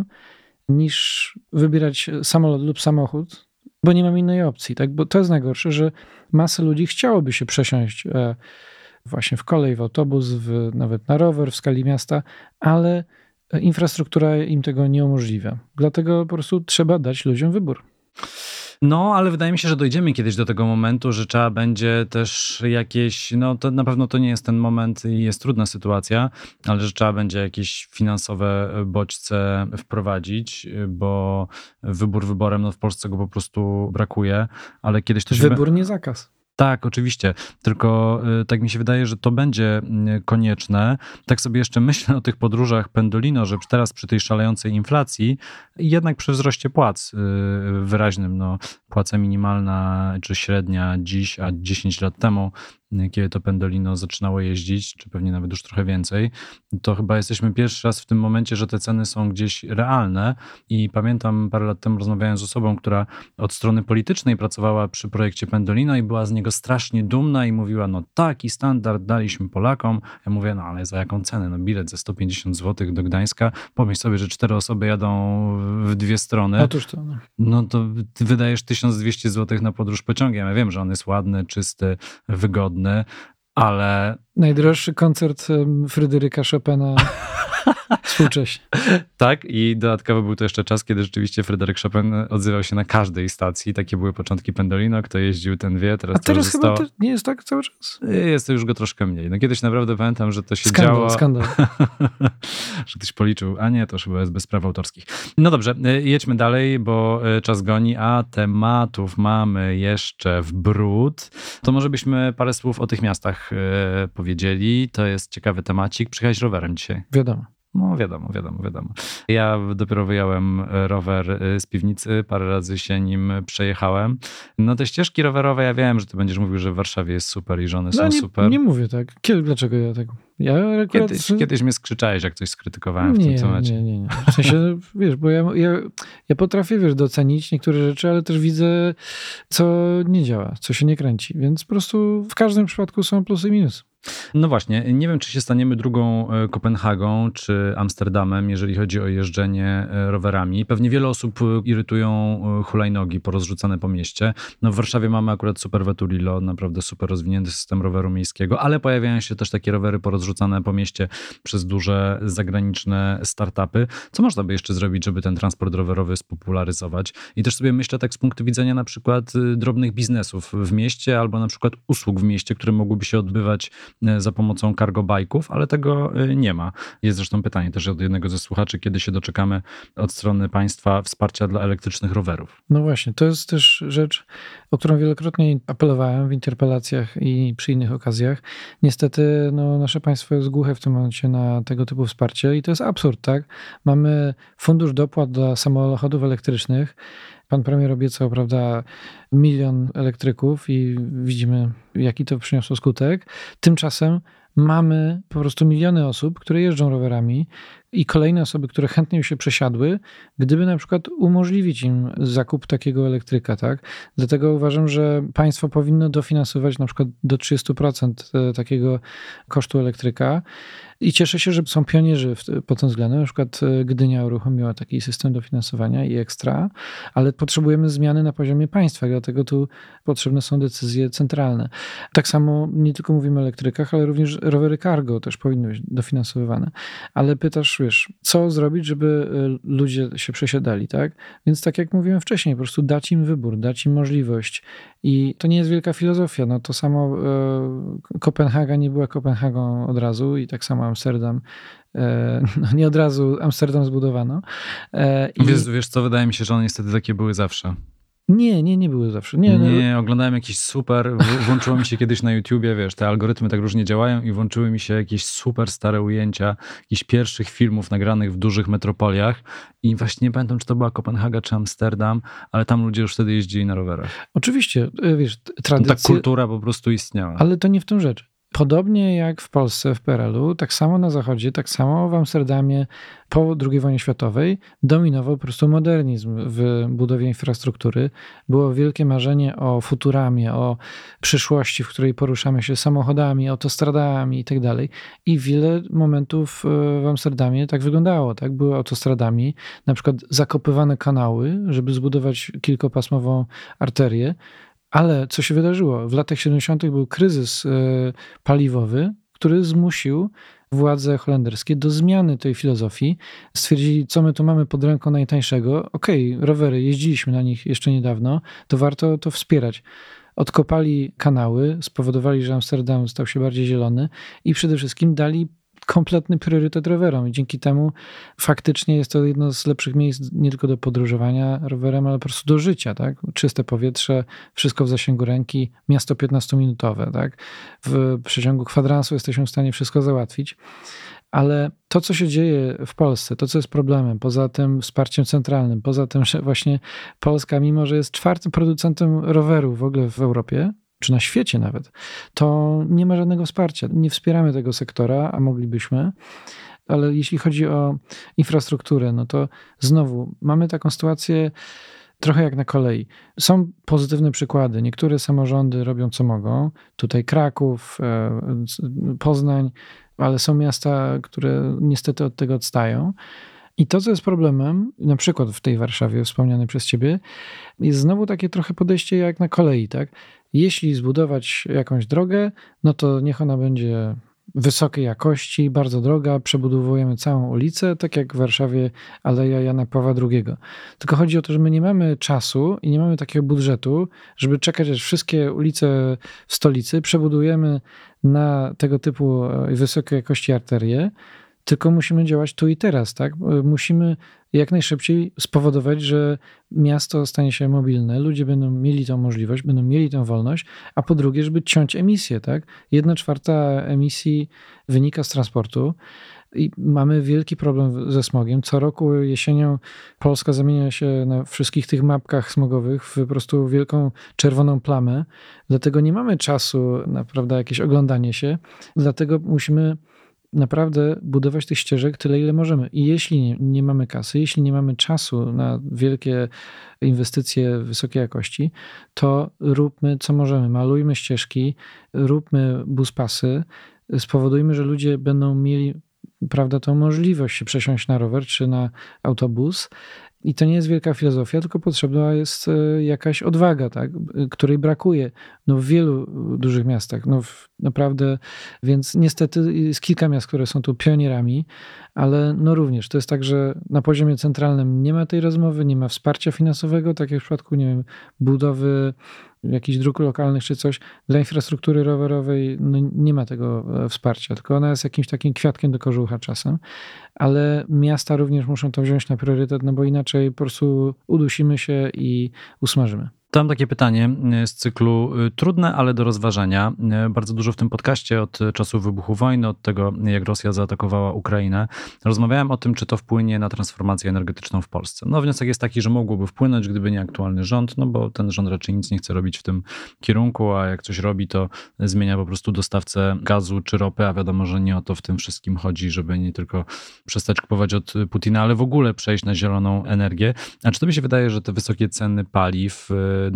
S3: niż wybierać samolot lub samochód, bo nie mam innej opcji, tak? Bo to jest najgorsze, że masę ludzi chciałoby się przesiąść właśnie w kolej, w autobus, nawet na rower w skali miasta, ale infrastruktura im tego nie umożliwia. Dlatego po prostu trzeba dać ludziom wybór.
S2: No, ale wydaje mi się, że dojdziemy kiedyś do tego momentu, że trzeba będzie też jakieś, no to na pewno to nie jest ten moment i jest trudna sytuacja, ale że trzeba będzie jakieś finansowe bodźce wprowadzić, bo wybór wyborem, no w Polsce go po prostu brakuje, ale kiedyś to się...
S3: Wybór, nie zakaz.
S2: Tak, oczywiście, tylko tak mi się wydaje, że to będzie konieczne. Tak sobie jeszcze myślę o tych podróżach Pendolino, że teraz przy tej szalejącej inflacji i jednak przy wzroście płac wyraźnym, no płaca minimalna czy średnia dziś, a 10 lat temu, kiedy to Pendolino zaczynało jeździć, czy pewnie nawet już trochę więcej, to chyba jesteśmy pierwszy raz w tym momencie, że te ceny są gdzieś realne i pamiętam parę lat temu rozmawiałem z osobą, która od strony politycznej pracowała przy projekcie Pendolino i była z niego strasznie dumna i mówiła, no taki standard daliśmy Polakom. Ja mówię, no ale za jaką cenę? No bilet za 150 zł do Gdańska. Pomyśl sobie, że 4 osoby jadą w 2 strony.
S3: Otóż to.
S2: No to ty wydajesz 1200 zł na podróż pociągiem. Ja wiem, że on jest ładny, czysty, wygodny, ale...
S3: Najdroższy koncert Fryderyka Chopina Współcześnie.
S2: Tak, i dodatkowo był to jeszcze czas, kiedy rzeczywiście Fryderyk Chopin odzywał się na każdej stacji. Takie były początki Pendolino, kto jeździł, ten wie.
S3: A teraz chyba nie jest tak cały czas?
S2: Jest to już go troszkę mniej. No kiedyś naprawdę pamiętam, że to się
S3: Skandal.
S2: że ktoś policzył, a nie, to już chyba jest bez praw autorskich. No dobrze, jedźmy dalej, bo czas goni, a tematów mamy jeszcze w bród. To może byśmy parę słów o tych miastach powiedzieli. To jest ciekawy temacik. Przyjechałeś rowerem dzisiaj.
S3: Wiadomo.
S2: No wiadomo. Ja dopiero wyjąłem rower z piwnicy, parę razy się nim przejechałem. No te ścieżki rowerowe, ja wiem, że ty będziesz mówił, że w Warszawie jest super i że one są super.
S3: Nie mówię tak. Dlaczego ja tak? Ja akurat...
S2: Kiedyś mnie skrzyczałeś, jak coś skrytykowałem w tym temacie.
S3: Nie. W sensie, wiesz, bo ja potrafię, wiesz, docenić niektóre rzeczy, ale też widzę, co nie działa, co się nie kręci. Więc po prostu w każdym przypadku są plusy i minusy.
S2: No właśnie, nie wiem, czy się staniemy drugą Kopenhagą czy Amsterdamem, jeżeli chodzi o jeżdżenie rowerami. Pewnie wiele osób irytują hulajnogi porozrzucane po mieście. No w Warszawie mamy akurat super Veturilo, naprawdę super rozwinięty system roweru miejskiego, ale pojawiają się też takie rowery porozrzucane po mieście przez duże zagraniczne startupy. Co można by jeszcze zrobić, żeby ten transport rowerowy spopularyzować? I też sobie myślę tak z punktu widzenia na przykład drobnych biznesów w mieście albo na przykład usług w mieście, które mogłyby się odbywać za pomocą cargo bike'ów, ale tego nie ma. Jest zresztą pytanie też od jednego ze słuchaczy, kiedy się doczekamy od strony państwa wsparcia dla elektrycznych rowerów. No
S3: właśnie, to jest też rzecz, o którą wielokrotnie apelowałem w interpelacjach i przy innych okazjach. Niestety nasze państwo jest głuche w tym momencie na tego typu wsparcie i to jest absurd, tak? Mamy fundusz dopłat dla samochodów elektrycznych. Pan premier obiecał, prawda, 1 milion elektryków i widzimy, jaki to przyniosło skutek. Tymczasem mamy po prostu miliony osób, które jeżdżą rowerami i kolejne osoby, które chętnie się przesiadły, gdyby na przykład umożliwić im zakup takiego elektryka, tak? Dlatego uważam, że państwo powinno dofinansować na przykład do 30% takiego kosztu elektryka. I cieszę się, że są pionierzy pod tym względem. Na przykład Gdynia uruchomiła taki system dofinansowania i ekstra, ale potrzebujemy zmiany na poziomie państwa, dlatego tu potrzebne są decyzje centralne. Tak samo nie tylko mówimy o elektrykach, ale również rowery cargo też powinny być dofinansowywane. Ale pytasz, wiesz, co zrobić, żeby ludzie się przesiadali, tak? Więc tak jak mówiłem wcześniej, po prostu dać im wybór, dać im możliwość. I to nie jest wielka filozofia. No to samo Kopenhaga nie była Kopenhagą od razu i tak samo Amsterdam. Nie od razu Amsterdam zbudowano.
S2: Wiesz co, wydaje mi się, że one niestety takie były zawsze.
S3: Nie były zawsze.
S2: Nie, oglądałem jakiś super, włączyło mi się kiedyś na YouTubie, wiesz, te algorytmy tak różnie działają i włączyły mi się jakieś super stare ujęcia jakichś pierwszych filmów nagranych w dużych metropoliach i właśnie nie pamiętam, czy to była Kopenhaga, czy Amsterdam, ale tam ludzie już wtedy jeździli na rowerach.
S3: Oczywiście, wiesz, tradycja...
S2: Ta kultura po prostu istniała.
S3: Ale to nie w tym rzecz. Podobnie jak w Polsce, w PRL-u, tak samo na Zachodzie, tak samo w Amsterdamie po II wojnie światowej dominował po prostu modernizm w budowie infrastruktury. Było wielkie marzenie o futuramie, o przyszłości, w której poruszamy się samochodami, autostradami i tak dalej. I wiele momentów w Amsterdamie tak wyglądało, tak? Były autostradami, na przykład zakopywane kanały, żeby zbudować kilkopasmową arterię. Ale co się wydarzyło? W latach 70. był kryzys paliwowy, który zmusił władze holenderskie do zmiany tej filozofii. Stwierdzili, co my tu mamy pod ręką najtańszego. Okej, rowery, jeździliśmy na nich jeszcze niedawno, to warto to wspierać. Odkopali kanały, spowodowali, że Amsterdam stał się bardziej zielony i przede wszystkim dali kompletny priorytet rowerom i dzięki temu faktycznie jest to jedno z lepszych miejsc nie tylko do podróżowania rowerem, ale po prostu do życia, tak? Czyste powietrze, wszystko w zasięgu ręki, miasto 15-minutowe, tak? W przeciągu kwadransu jesteśmy w stanie wszystko załatwić. Ale to, co się dzieje w Polsce, to, co jest problemem, poza tym wsparciem centralnym, poza tym, że właśnie Polska, mimo że jest 4. producentem rowerów w ogóle w Europie, czy na świecie nawet, to nie ma żadnego wsparcia. Nie wspieramy tego sektora, a moglibyśmy. Ale jeśli chodzi o infrastrukturę, no to znowu mamy taką sytuację trochę jak na kolei. Są pozytywne przykłady. Niektóre samorządy robią co mogą. Tutaj Kraków, Poznań, ale są miasta, które niestety od tego odstają. I to, co jest problemem, na przykład w tej Warszawie wspomnianej przez ciebie, jest znowu takie trochę podejście jak na kolei, tak? Jeśli zbudować jakąś drogę, no to niech ona będzie wysokiej jakości, bardzo droga, przebudowujemy całą ulicę, tak jak w Warszawie Aleja Jana Pawła II. Tylko chodzi o to, że my nie mamy czasu i nie mamy takiego budżetu, żeby czekać, aż wszystkie ulice w stolicy przebudujemy na tego typu wysokiej jakości arterie, tylko musimy działać tu i teraz, tak? Musimy jak najszybciej spowodować, że miasto stanie się mobilne, ludzie będą mieli tą możliwość, będą mieli tą wolność, a po drugie, żeby ciąć emisję, tak? 1/4 emisji wynika z transportu i mamy wielki problem ze smogiem. Co roku jesienią Polska zamienia się na wszystkich tych mapkach smogowych w po prostu wielką czerwoną plamę, dlatego nie mamy czasu na, prawda, jakieś oglądanie się, dlatego musimy naprawdę budować tych ścieżek tyle, ile możemy. I jeśli nie mamy kasy, jeśli nie mamy czasu na wielkie inwestycje wysokiej jakości, to róbmy co możemy. Malujmy ścieżki, róbmy buspasy, spowodujmy, że ludzie będą mieli, prawda, tą możliwość się przesiąść na rower czy na autobus. I to nie jest wielka filozofia, tylko potrzebna jest jakaś odwaga, tak, której brakuje w wielu dużych miastach. Naprawdę, więc niestety jest kilka miast, które są tu pionierami, ale również to jest tak, że na poziomie centralnym nie ma tej rozmowy, nie ma wsparcia finansowego, tak jak w przypadku, nie wiem, budowy jakichś dróg lokalnych czy coś. Dla infrastruktury rowerowej nie ma tego wsparcia, tylko ona jest jakimś takim kwiatkiem do kożucha czasem, ale miasta również muszą to wziąć na priorytet, bo inaczej po prostu udusimy się i usmażymy.
S2: To mam takie pytanie z cyklu trudne, ale do rozważenia. Bardzo dużo w tym podcaście od czasu wybuchu wojny, od tego jak Rosja zaatakowała Ukrainę, rozmawiałem o tym, czy to wpłynie na transformację energetyczną w Polsce. Wniosek jest taki, że mogłoby wpłynąć, gdyby nie aktualny rząd, bo ten rząd raczej nic nie chce robić w tym kierunku, a jak coś robi, to zmienia po prostu dostawcę gazu czy ropy, a wiadomo, że nie o to w tym wszystkim chodzi, żeby nie tylko przestać kupować od Putina, ale w ogóle przejść na zieloną energię. A czy tobie się wydaje, że te wysokie ceny paliw,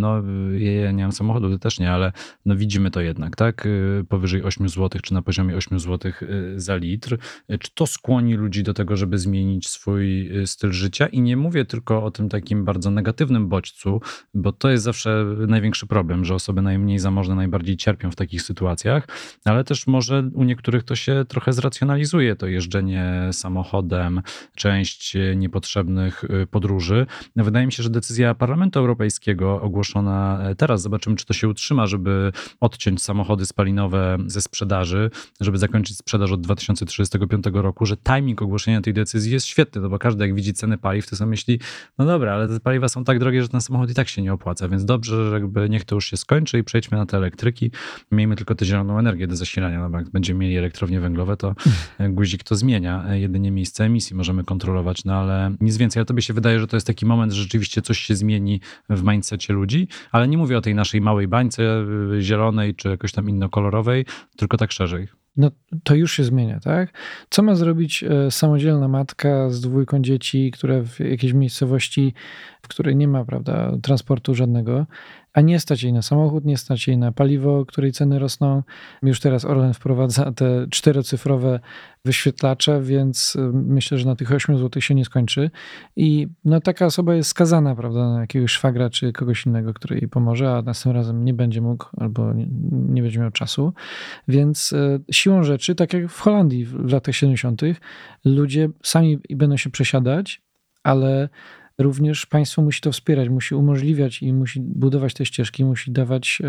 S2: ja nie mam samochodu, ty też nie, ale widzimy to jednak, tak? Powyżej 8 zł, czy na poziomie 8 zł za litr. Czy to skłoni ludzi do tego, żeby zmienić swój styl życia? I nie mówię tylko o tym takim bardzo negatywnym bodźcu, bo to jest zawsze największy problem, że osoby najmniej zamożne najbardziej cierpią w takich sytuacjach, ale też może u niektórych to się trochę zracjonalizuje, to jeżdżenie samochodem, część niepotrzebnych podróży. Wydaje mi się, że decyzja Parlamentu Europejskiego ogłoszona teraz, zobaczymy, czy to się utrzyma, żeby odciąć samochody spalinowe ze sprzedaży, żeby zakończyć sprzedaż od 2035 roku, że timing ogłoszenia tej decyzji jest świetny, bo każdy jak widzi ceny paliw, to sobie myśli, dobra, ale te paliwa są tak drogie, że ten samochód i tak się nie opłaca, więc dobrze, że niech to już się skończy i przejdźmy na te elektryki. Miejmy tylko tę zieloną energię do zasilania, bo jak będziemy mieli elektrownie węglowe, to guzik to zmienia. Jedynie miejsce emisji możemy kontrolować, ale nic więcej. Ale tobie się wydaje, że to jest taki moment, że rzeczywiście coś się zmieni w mindsetie ludzi, ale nie mówię o tej naszej małej bańce zielonej czy jakoś tam innokolorowej, tylko tak szerzej.
S3: To już się zmienia, tak? Co ma zrobić samodzielna matka z 2 dzieci, która w jakiejś miejscowości, w której nie ma, prawda, transportu żadnego, a nie stać jej na samochód, nie stać jej na paliwo, której ceny rosną. Już teraz Orlen wprowadza te 4-cyfrowe wyświetlacze, więc myślę, że na tych 8 zł się nie skończy. I taka osoba jest skazana, prawda, na jakiegoś szwagra czy kogoś innego, który jej pomoże, a następnym razem nie będzie mógł albo nie będzie miał czasu. Więc siłą rzeczy, tak jak w Holandii w latach 70., ludzie sami będą się przesiadać, ale również państwo musi to wspierać, musi umożliwiać i musi budować te ścieżki, musi dawać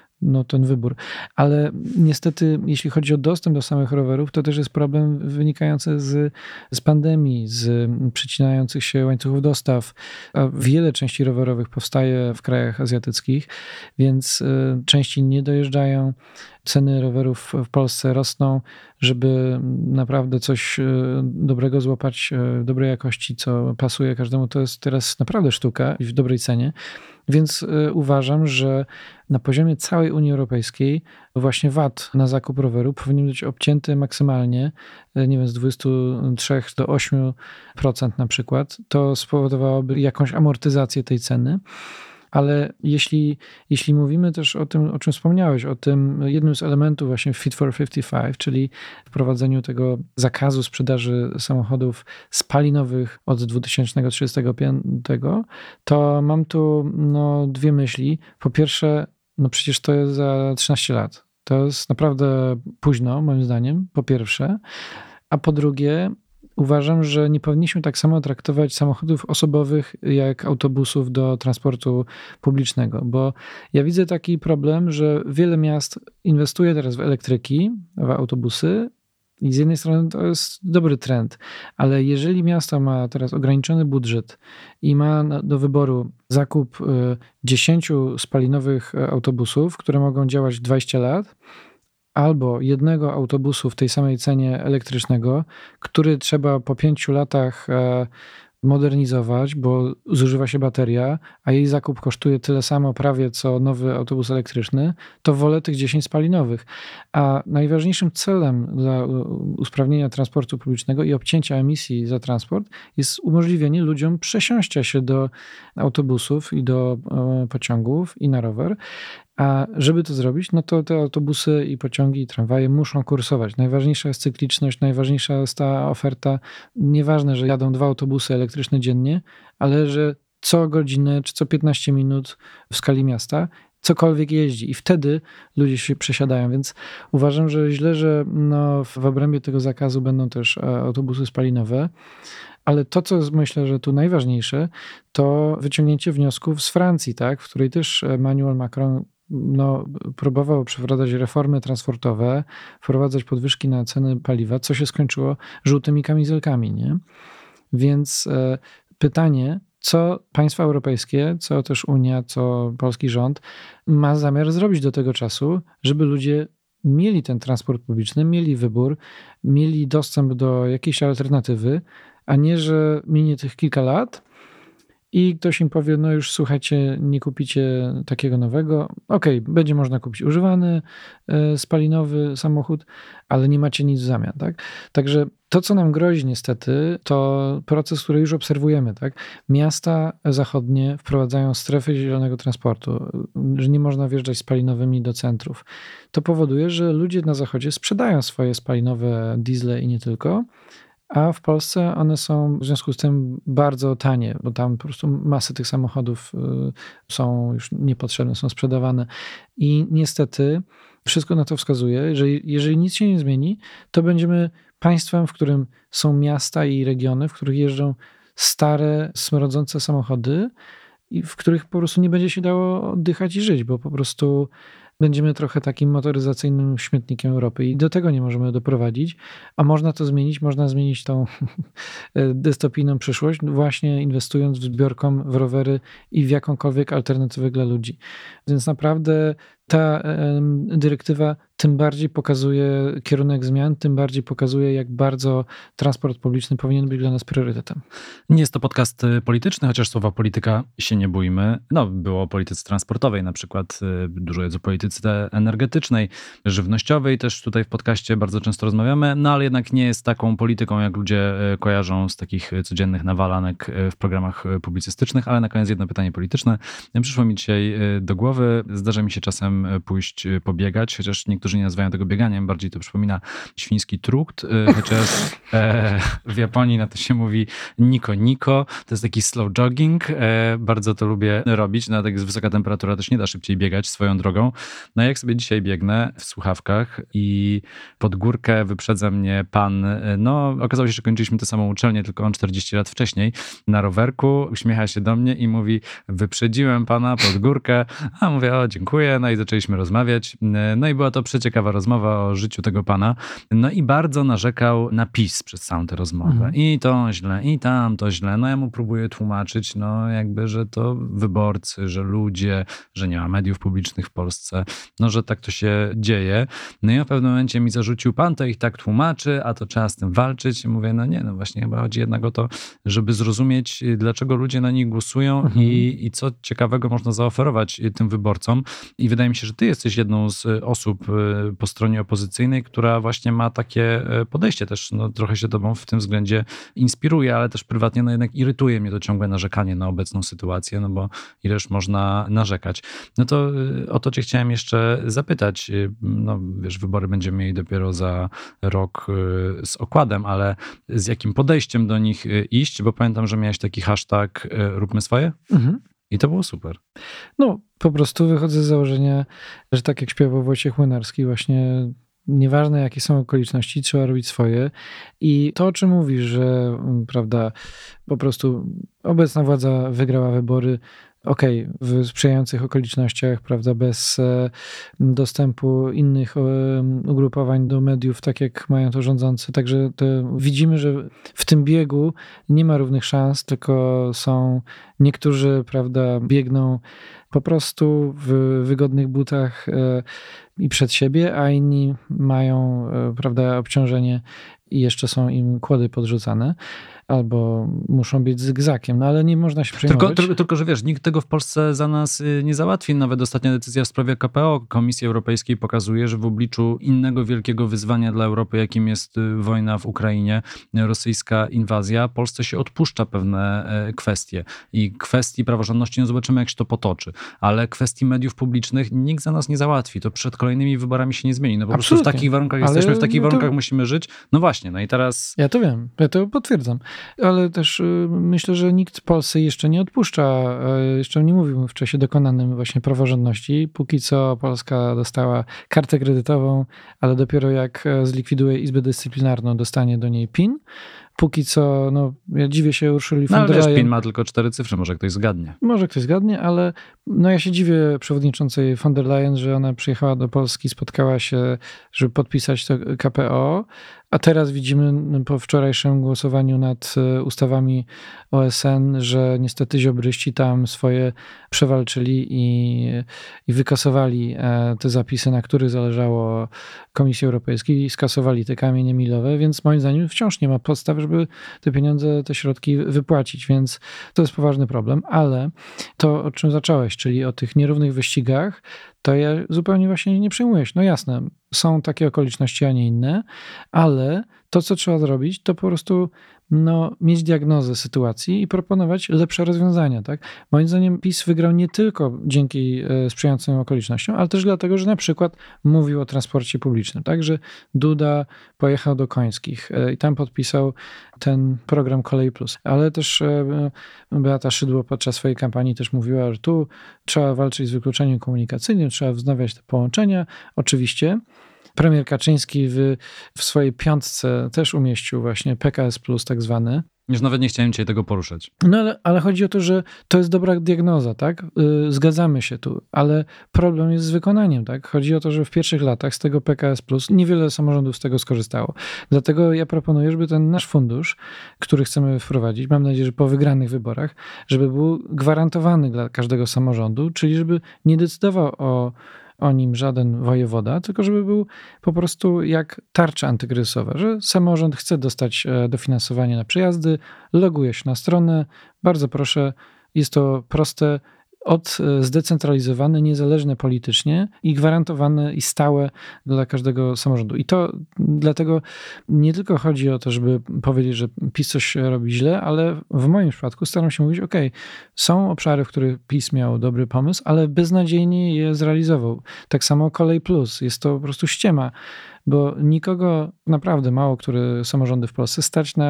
S3: ten wybór. Ale niestety, jeśli chodzi o dostęp do samych rowerów, to też jest problem wynikający z pandemii, z przecinających się łańcuchów dostaw. A wiele części rowerowych powstaje w krajach azjatyckich, więc części nie dojeżdżają. Ceny rowerów w Polsce rosną, żeby naprawdę coś dobrego złapać, dobrej jakości, co pasuje każdemu. To jest teraz naprawdę sztuka i w dobrej cenie. Więc uważam, że na poziomie całej Unii Europejskiej właśnie VAT na zakup roweru powinien być obcięty maksymalnie, nie wiem, z 23 do 8% na przykład. To spowodowałoby jakąś amortyzację tej ceny. Ale jeśli mówimy też o tym, o czym wspomniałeś, o tym jednym z elementów właśnie Fit for 55, czyli wprowadzeniu tego zakazu sprzedaży samochodów spalinowych od 2035, to mam tu 2 myśli. Po pierwsze, przecież to jest za 13 lat. To jest naprawdę późno, moim zdaniem, po pierwsze. A po drugie, uważam, że nie powinniśmy tak samo traktować samochodów osobowych jak autobusów do transportu publicznego, bo ja widzę taki problem, że wiele miast inwestuje teraz w elektryki, w autobusy. I z jednej strony to jest dobry trend, ale jeżeli miasto ma teraz ograniczony budżet i ma do wyboru zakup 10 spalinowych autobusów, które mogą działać 20 lat, albo jednego autobusu w tej samej cenie elektrycznego, który trzeba po 5 latach modernizować, bo zużywa się bateria, a jej zakup kosztuje tyle samo prawie co nowy autobus elektryczny, to wolę tych 10 spalinowych. A najważniejszym celem dla usprawnienia transportu publicznego i obcięcia emisji za transport jest umożliwienie ludziom przesiąścia się do autobusów i do pociągów i na rower. A żeby to zrobić, no to te autobusy i pociągi i tramwaje muszą kursować. Najważniejsza jest cykliczność, najważniejsza jest ta oferta. Nieważne, że jadą 2 autobusy elektryczne dziennie, ale że co godzinę czy co 15 minut w skali miasta cokolwiek jeździ i wtedy ludzie się przesiadają, więc uważam, że źle, że w obrębie tego zakazu będą też autobusy spalinowe. Ale to, co myślę, że tu najważniejsze, to wyciągnięcie wniosków z Francji, tak, w której też Emmanuel Macron próbował przeprowadzać reformy transportowe, wprowadzać podwyżki na ceny paliwa, co się skończyło żółtymi kamizelkami, nie? Więc pytanie, co państwa europejskie, co też Unia, co polski rząd ma zamiar zrobić do tego czasu, żeby ludzie mieli ten transport publiczny, mieli wybór, mieli dostęp do jakiejś alternatywy, a nie, że minie tych kilka lat i ktoś im powie, no już słuchajcie, nie kupicie takiego nowego. Okej, będzie można kupić używany spalinowy samochód, ale nie macie nic w zamian, tak? Także to, co nam grozi niestety, to proces, który już obserwujemy, tak? Miasta zachodnie wprowadzają strefy zielonego transportu, że nie można wjeżdżać spalinowymi do centrów. To powoduje, że ludzie na zachodzie sprzedają swoje spalinowe diesle i nie tylko, a w Polsce one są w związku z tym bardzo tanie, bo tam po prostu masy tych samochodów są już niepotrzebne, są sprzedawane. I niestety wszystko na to wskazuje, że jeżeli nic się nie zmieni, to będziemy państwem, w którym są miasta i regiony, w których jeżdżą stare, smrodzące samochody i w których po prostu nie będzie się dało oddychać i żyć, bo po prostu będziemy trochę takim motoryzacyjnym śmietnikiem Europy i do tego nie możemy doprowadzić, a można to zmienić, można zmienić tą dystopijną przyszłość właśnie inwestując w zbiorkom, w rowery i w jakąkolwiek alternatywę dla ludzi. Więc naprawdę ta dyrektywa tym bardziej pokazuje kierunek zmian, tym bardziej pokazuje, jak bardzo transport publiczny powinien być dla nas priorytetem.
S2: Nie jest to podcast polityczny, chociaż słowa polityka się nie bójmy. Było o polityce transportowej na przykład, dużo jest o polityce energetycznej, żywnościowej, też tutaj w podcaście bardzo często rozmawiamy, ale jednak nie jest taką polityką, jak ludzie kojarzą z takich codziennych nawalanek w programach publicystycznych, ale na koniec jedno pytanie polityczne. Przyszło mi dzisiaj do głowy, zdarza mi się czasem pójść pobiegać, chociaż niektórzy nie nazywają tego bieganiem, bardziej to przypomina świński trukt, chociaż w Japonii na to się mówi niko, to jest taki slow jogging, bardzo to lubię robić, jak jest wysoka temperatura, też nie da szybciej biegać swoją drogą. No jak sobie dzisiaj biegnę w słuchawkach i pod górkę wyprzedza mnie pan, okazało się, że kończyliśmy tę samą uczelnię, tylko on 40 lat wcześniej, na rowerku, uśmiecha się do mnie i mówi, wyprzedziłem pana pod górkę, a mówię, o dziękuję, no i zaczęliśmy rozmawiać, no i była to przeciekawa rozmowa o życiu tego pana, no i bardzo narzekał na PiS przez całą tę rozmowę. I to źle, i tam to źle, no ja mu próbuję tłumaczyć, że to wyborcy, że ludzie, że nie ma mediów publicznych w Polsce, że tak to się dzieje. No i w pewnym momencie mi zarzucił, pan to ich tak tłumaczy, a to trzeba z tym walczyć. I mówię, właśnie chyba chodzi jednak o to, żeby zrozumieć, dlaczego ludzie na nich głosują i co ciekawego można zaoferować tym wyborcom. I wydaje mi się, że ty jesteś jedną z osób po stronie opozycyjnej, która właśnie ma takie podejście też, trochę się tobą w tym względzie inspiruje, ale też prywatnie jednak irytuje mnie to ciągłe narzekanie na obecną sytuację, bo ileż można narzekać. No to o to cię chciałem jeszcze zapytać. Wiesz, wybory będziemy mieli dopiero za rok z okładem, ale z jakim podejściem do nich iść? Bo pamiętam, że miałeś taki hashtag róbmy swoje? I to było super.
S3: No, po prostu wychodzę z założenia, że tak jak śpiewał Wojciech Młynarski, właśnie nieważne jakie są okoliczności, trzeba robić swoje. I to, o czym mówisz, że prawda, po prostu obecna władza wygrała wybory, okej, w sprzyjających okolicznościach, prawda, bez dostępu innych ugrupowań do mediów, tak jak mają to rządzący. Także widzimy, że w tym biegu nie ma równych szans, tylko są niektórzy, prawda, biegną po prostu w wygodnych butach i przed siebie, a inni mają, prawda, obciążenie i jeszcze są im kłody podrzucane. Albo muszą być zygzakiem, no ale nie można się przejmować.
S2: Tylko, że wiesz, nikt tego w Polsce za nas nie załatwi. Nawet ostatnia decyzja w sprawie KPO Komisji Europejskiej pokazuje, że w obliczu innego wielkiego wyzwania dla Europy, jakim jest wojna w Ukrainie, rosyjska inwazja, Polsce się odpuszcza pewne kwestie. I kwestii praworządności, no zobaczymy, jak się to potoczy. Ale kwestii mediów publicznych nikt za nas nie załatwi. To przed kolejnymi wyborami się nie zmieni. No po prostu w takich warunkach jesteśmy, w takich warunkach musimy żyć. No właśnie, no i teraz...
S3: Ja to wiem, ja to potwierdzam. Ale też myślę, że nikt Polsce jeszcze nie odpuszcza. Jeszcze nie mówił w czasie dokonanym właśnie praworządności. Póki co Polska dostała kartę kredytową, ale dopiero jak zlikwiduje Izbę Dyscyplinarną, dostanie do niej PIN. Póki co, no ja dziwię się Ursuli von der Leyen.
S2: No ale wiesz, PIN ma tylko 4 cyfry, może ktoś zgadnie.
S3: Może ktoś zgadnie, ale no ja się dziwię przewodniczącej von der Leyen, że ona przyjechała do Polski, spotkała się, żeby podpisać to KPO, a teraz widzimy po wczorajszym głosowaniu nad ustawami OSN, że niestety ziobryści tam swoje przewalczyli i wykasowali te zapisy, na których zależało Komisji Europejskiej i skasowali te kamienie milowe, więc moim zdaniem wciąż nie ma podstaw, żeby te pieniądze, te środki wypłacić, więc to jest poważny problem, ale to, o czym zacząłeś, czyli o tych nierównych wyścigach, to ja zupełnie właśnie nie przejmuję się. No jasne, są takie okoliczności, a nie inne, ale to, co trzeba zrobić, to po prostu mieć diagnozę sytuacji i proponować lepsze rozwiązania. Tak? Moim zdaniem PiS wygrał nie tylko dzięki sprzyjającym okolicznościom, ale też dlatego, że na przykład mówił o transporcie publicznym. Także Duda pojechał do Końskich i tam podpisał ten program Kolej Plus. Ale też Beata Szydło podczas swojej kampanii też mówiła, że tu trzeba walczyć z wykluczeniem komunikacyjnym, trzeba wznawiać te połączenia. Oczywiście premier Kaczyński w swojej piątce też umieścił właśnie PKS Plus tak zwany.
S2: Już nawet nie chciałem dzisiaj tego poruszać.
S3: No ale chodzi o to, że to jest dobra diagnoza, tak? Zgadzamy się tu, ale problem jest z wykonaniem, tak? Chodzi o to, że w pierwszych latach z tego PKS Plus niewiele samorządów z tego skorzystało. Dlatego ja proponuję, żeby ten nasz fundusz, który chcemy wprowadzić, mam nadzieję, że po wygranych wyborach, żeby był gwarantowany dla każdego samorządu, czyli żeby nie decydował o nim żaden wojewoda, tylko żeby był po prostu jak tarcza antykryzysowa, że samorząd chce dostać dofinansowanie na przejazdy, loguje się na stronę, bardzo proszę, jest to proste, zdecentralizowane, niezależne politycznie i gwarantowane i stałe dla każdego samorządu. I to dlatego nie tylko chodzi o to, żeby powiedzieć, że PiS coś robi źle, ale w moim przypadku staram się mówić, są obszary, w których PiS miał dobry pomysł, ale beznadziejnie je zrealizował. Tak samo Kolej Plus. Jest to po prostu ściema, bo nikogo, naprawdę mało które samorządy w Polsce stać na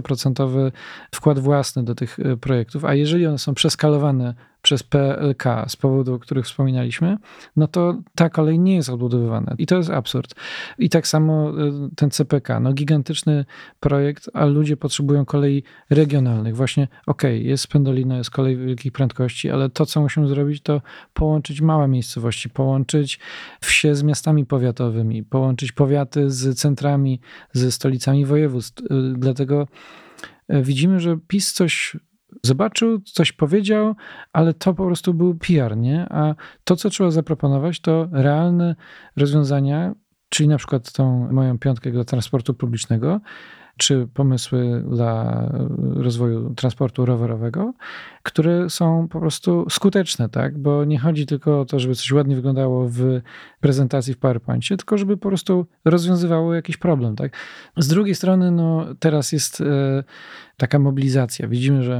S3: 15% wkład własny do tych projektów, a jeżeli one są przeskalowane przez PLK z powodu, o których wspominaliśmy, no to ta kolej nie jest odbudowywana. I to jest absurd. I tak samo ten CPK, gigantyczny projekt, a ludzie potrzebują kolei regionalnych. Właśnie, jest Pendolino, jest kolej wielkich prędkości, ale to, co musimy zrobić, to połączyć małe miejscowości, połączyć wsie z miastami powiatowymi, połączyć powiaty z centrami, ze stolicami województw. Dlatego widzimy, że PiS coś zobaczył, coś powiedział, ale to po prostu był PR, nie? A to, co trzeba zaproponować, to realne rozwiązania, czyli na przykład tą moją piątkę dla transportu publicznego, czy pomysły dla rozwoju transportu rowerowego, które są po prostu skuteczne, tak? Bo nie chodzi tylko o to, żeby coś ładnie wyglądało w prezentacji w PowerPoincie, tylko żeby po prostu rozwiązywało jakiś problem, tak? Z drugiej strony, teraz jest taka mobilizacja. Widzimy, że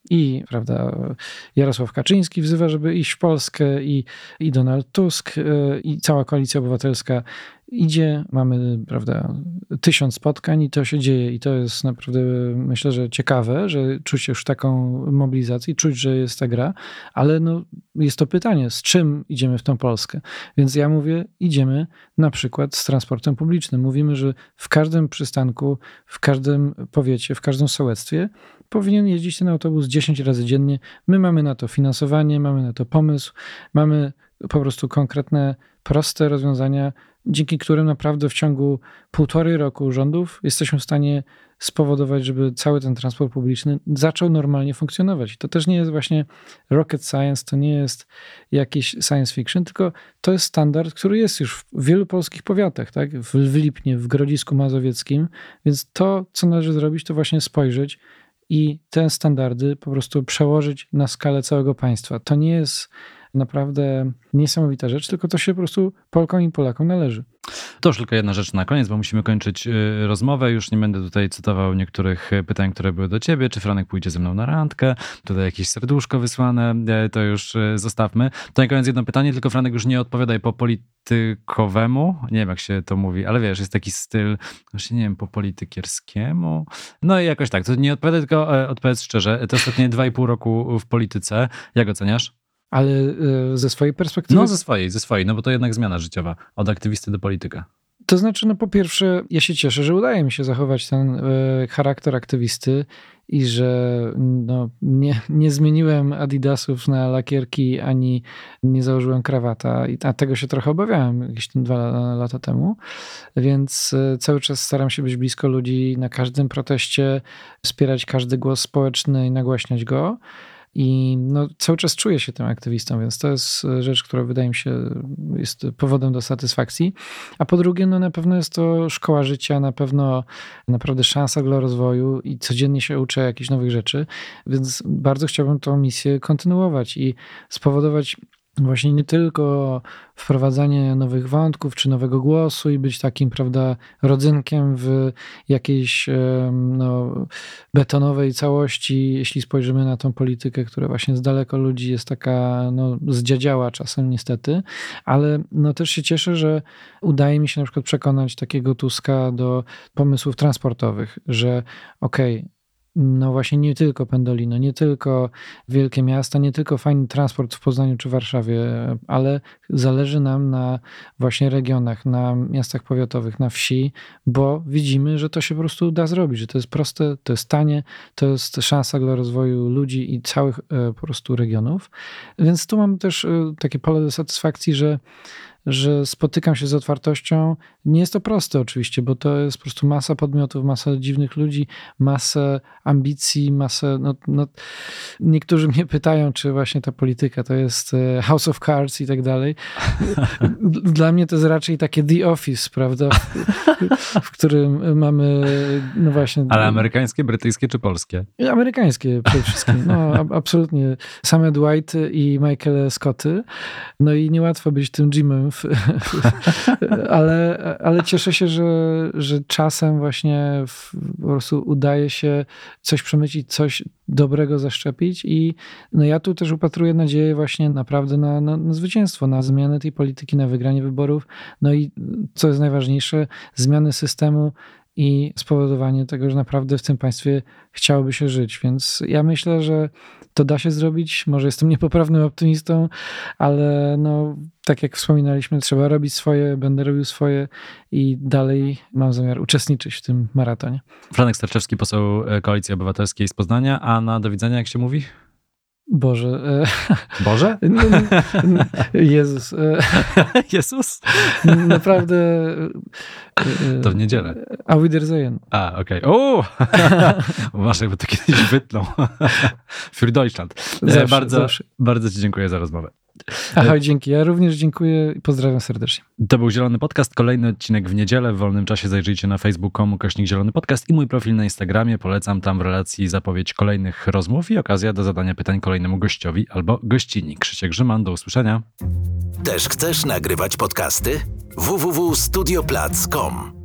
S3: I, prawda, Jarosław Kaczyński wzywa, żeby iść w Polskę i Donald Tusk i cała Koalicja Obywatelska idzie. Mamy, prawda, 1000 spotkań i to się dzieje i to jest naprawdę, myślę, że ciekawe, że czuć już taką mobilizację, czuć, że jest ta gra, ale no, jest to pytanie, z czym idziemy w tą Polskę? Więc ja mówię, idziemy na przykład z transportem publicznym. Mówimy, że w każdym przystanku, w każdym powiecie, w każdym sołectwie powinien jeździć ten autobus 10 razy dziennie. My mamy na to finansowanie, mamy na to pomysł, mamy po prostu konkretne, proste rozwiązania, dzięki którym naprawdę w ciągu 1,5 roku rządów jesteśmy w stanie spowodować, żeby cały ten transport publiczny zaczął normalnie funkcjonować. I to też nie jest właśnie rocket science, to nie jest jakiś science fiction, tylko to jest standard, który jest już w wielu polskich powiatach, tak? W Lipnie, w Grodzisku Mazowieckim, więc to, co należy zrobić, to właśnie spojrzeć i te standardy po prostu przełożyć na skalę całego państwa. To nie jest naprawdę niesamowita rzecz, tylko to się po prostu Polkom i Polakom należy.
S2: To już tylko jedna rzecz na koniec, bo musimy kończyć rozmowę. Już nie będę tutaj cytował niektórych pytań, które były do ciebie. Czy Franek pójdzie ze mną na randkę? Tutaj jakieś serduszko wysłane. To już zostawmy. To na koniec jedno pytanie, tylko Franek już nie odpowiadaj po politykowemu. Nie wiem, jak się to mówi, ale wiesz, jest taki styl, właśnie nie wiem, po politykierskiemu. No i jakoś tak. To nie odpowiadaj, tylko odpowiedz szczerze. Te ostatnie 2,5 roku w polityce. Jak oceniasz?
S3: Ale ze swojej perspektywy?
S2: No ze swojej, no bo to jednak zmiana życiowa. Od aktywisty do polityka.
S3: To znaczy, no po pierwsze, ja się cieszę, że udaje mi się zachować ten charakter aktywisty i że no, nie zmieniłem adidasów na lakierki, ani nie założyłem krawata, a tego się trochę obawiałem jakieś 2 lata temu, więc cały czas staram się być blisko ludzi na każdym proteście, wspierać każdy głos społeczny i nagłaśniać go. I no, cały czas czuję się tym aktywistą, więc to jest rzecz, która wydaje mi się jest powodem do satysfakcji. A po drugie, no na pewno jest to szkoła życia, na pewno naprawdę szansa dla rozwoju i codziennie się uczę jakichś nowych rzeczy, więc bardzo chciałbym tę misję kontynuować i spowodować właśnie nie tylko wprowadzanie nowych wątków czy nowego głosu i być takim, prawda, rodzynkiem w jakiejś no, betonowej całości, jeśli spojrzymy na tą politykę, która właśnie z daleko ludzi jest taka no, zdziadziała czasem niestety, ale no, też się cieszę, że udaje mi się na przykład przekonać takiego Tuska do pomysłów transportowych, że okej, no właśnie nie tylko Pendolino, nie tylko wielkie miasta, nie tylko fajny transport w Poznaniu czy Warszawie, ale zależy nam na właśnie regionach, na miastach powiatowych, na wsi, bo widzimy, że to się po prostu da zrobić, że to jest proste, to jest tanie, to jest szansa dla rozwoju ludzi i całych po prostu regionów. Więc tu mam też takie pole do satysfakcji, że spotykam się z otwartością. Nie jest to proste oczywiście, bo to jest po prostu masa podmiotów, masa dziwnych ludzi, masę ambicji, masę... No, niektórzy mnie pytają, czy właśnie ta polityka to jest House of Cards i tak dalej. Dla mnie to jest raczej takie The Office, prawda? W którym mamy, no właśnie...
S2: Ale amerykańskie, brytyjskie czy polskie?
S3: Amerykańskie przede wszystkim. No, absolutnie. Same Dwighty i Michael Scotty. No i niełatwo być tym Jimem, ale cieszę się, że czasem właśnie po prostu udaje się coś przemycić, coś dobrego zaszczepić i no ja tu też upatruję nadzieję właśnie naprawdę na zwycięstwo, na zmianę tej polityki, na wygranie wyborów, no i co jest najważniejsze, zmiany systemu i spowodowanie tego, że naprawdę w tym państwie chciałoby się żyć. Więc ja myślę, że to da się zrobić. Może jestem niepoprawnym optymistą, ale no, tak jak wspominaliśmy, trzeba robić swoje, będę robił swoje i dalej mam zamiar uczestniczyć w tym maratonie.
S2: Franek Sterczewski, poseł Koalicji Obywatelskiej z Poznania. A na do widzenia, jak się mówi?
S3: Boże.
S2: Boże?
S3: Jezus.
S2: Jezus?
S3: Naprawdę.
S2: To w niedzielę.
S3: Auf Wiedersehen.
S2: A, okej. Masz jakby to kiedyś wytnął. Für Deutschland. Bardzo ci dziękuję za rozmowę.
S3: Ahoj, dzięki. Ja również dziękuję i pozdrawiam serdecznie.
S2: To był Zielony Podcast. Kolejny odcinek w niedzielę. W wolnym czasie zajrzyjcie na facebook.com/Zielony Podcast i mój profil na Instagramie. Polecam tam w relacji zapowiedź kolejnych rozmów i okazja do zadania pytań kolejnemu gościowi albo gościni. Krzysiek Grzyman, do usłyszenia.
S1: Też chcesz nagrywać podcasty? www.studioplac.com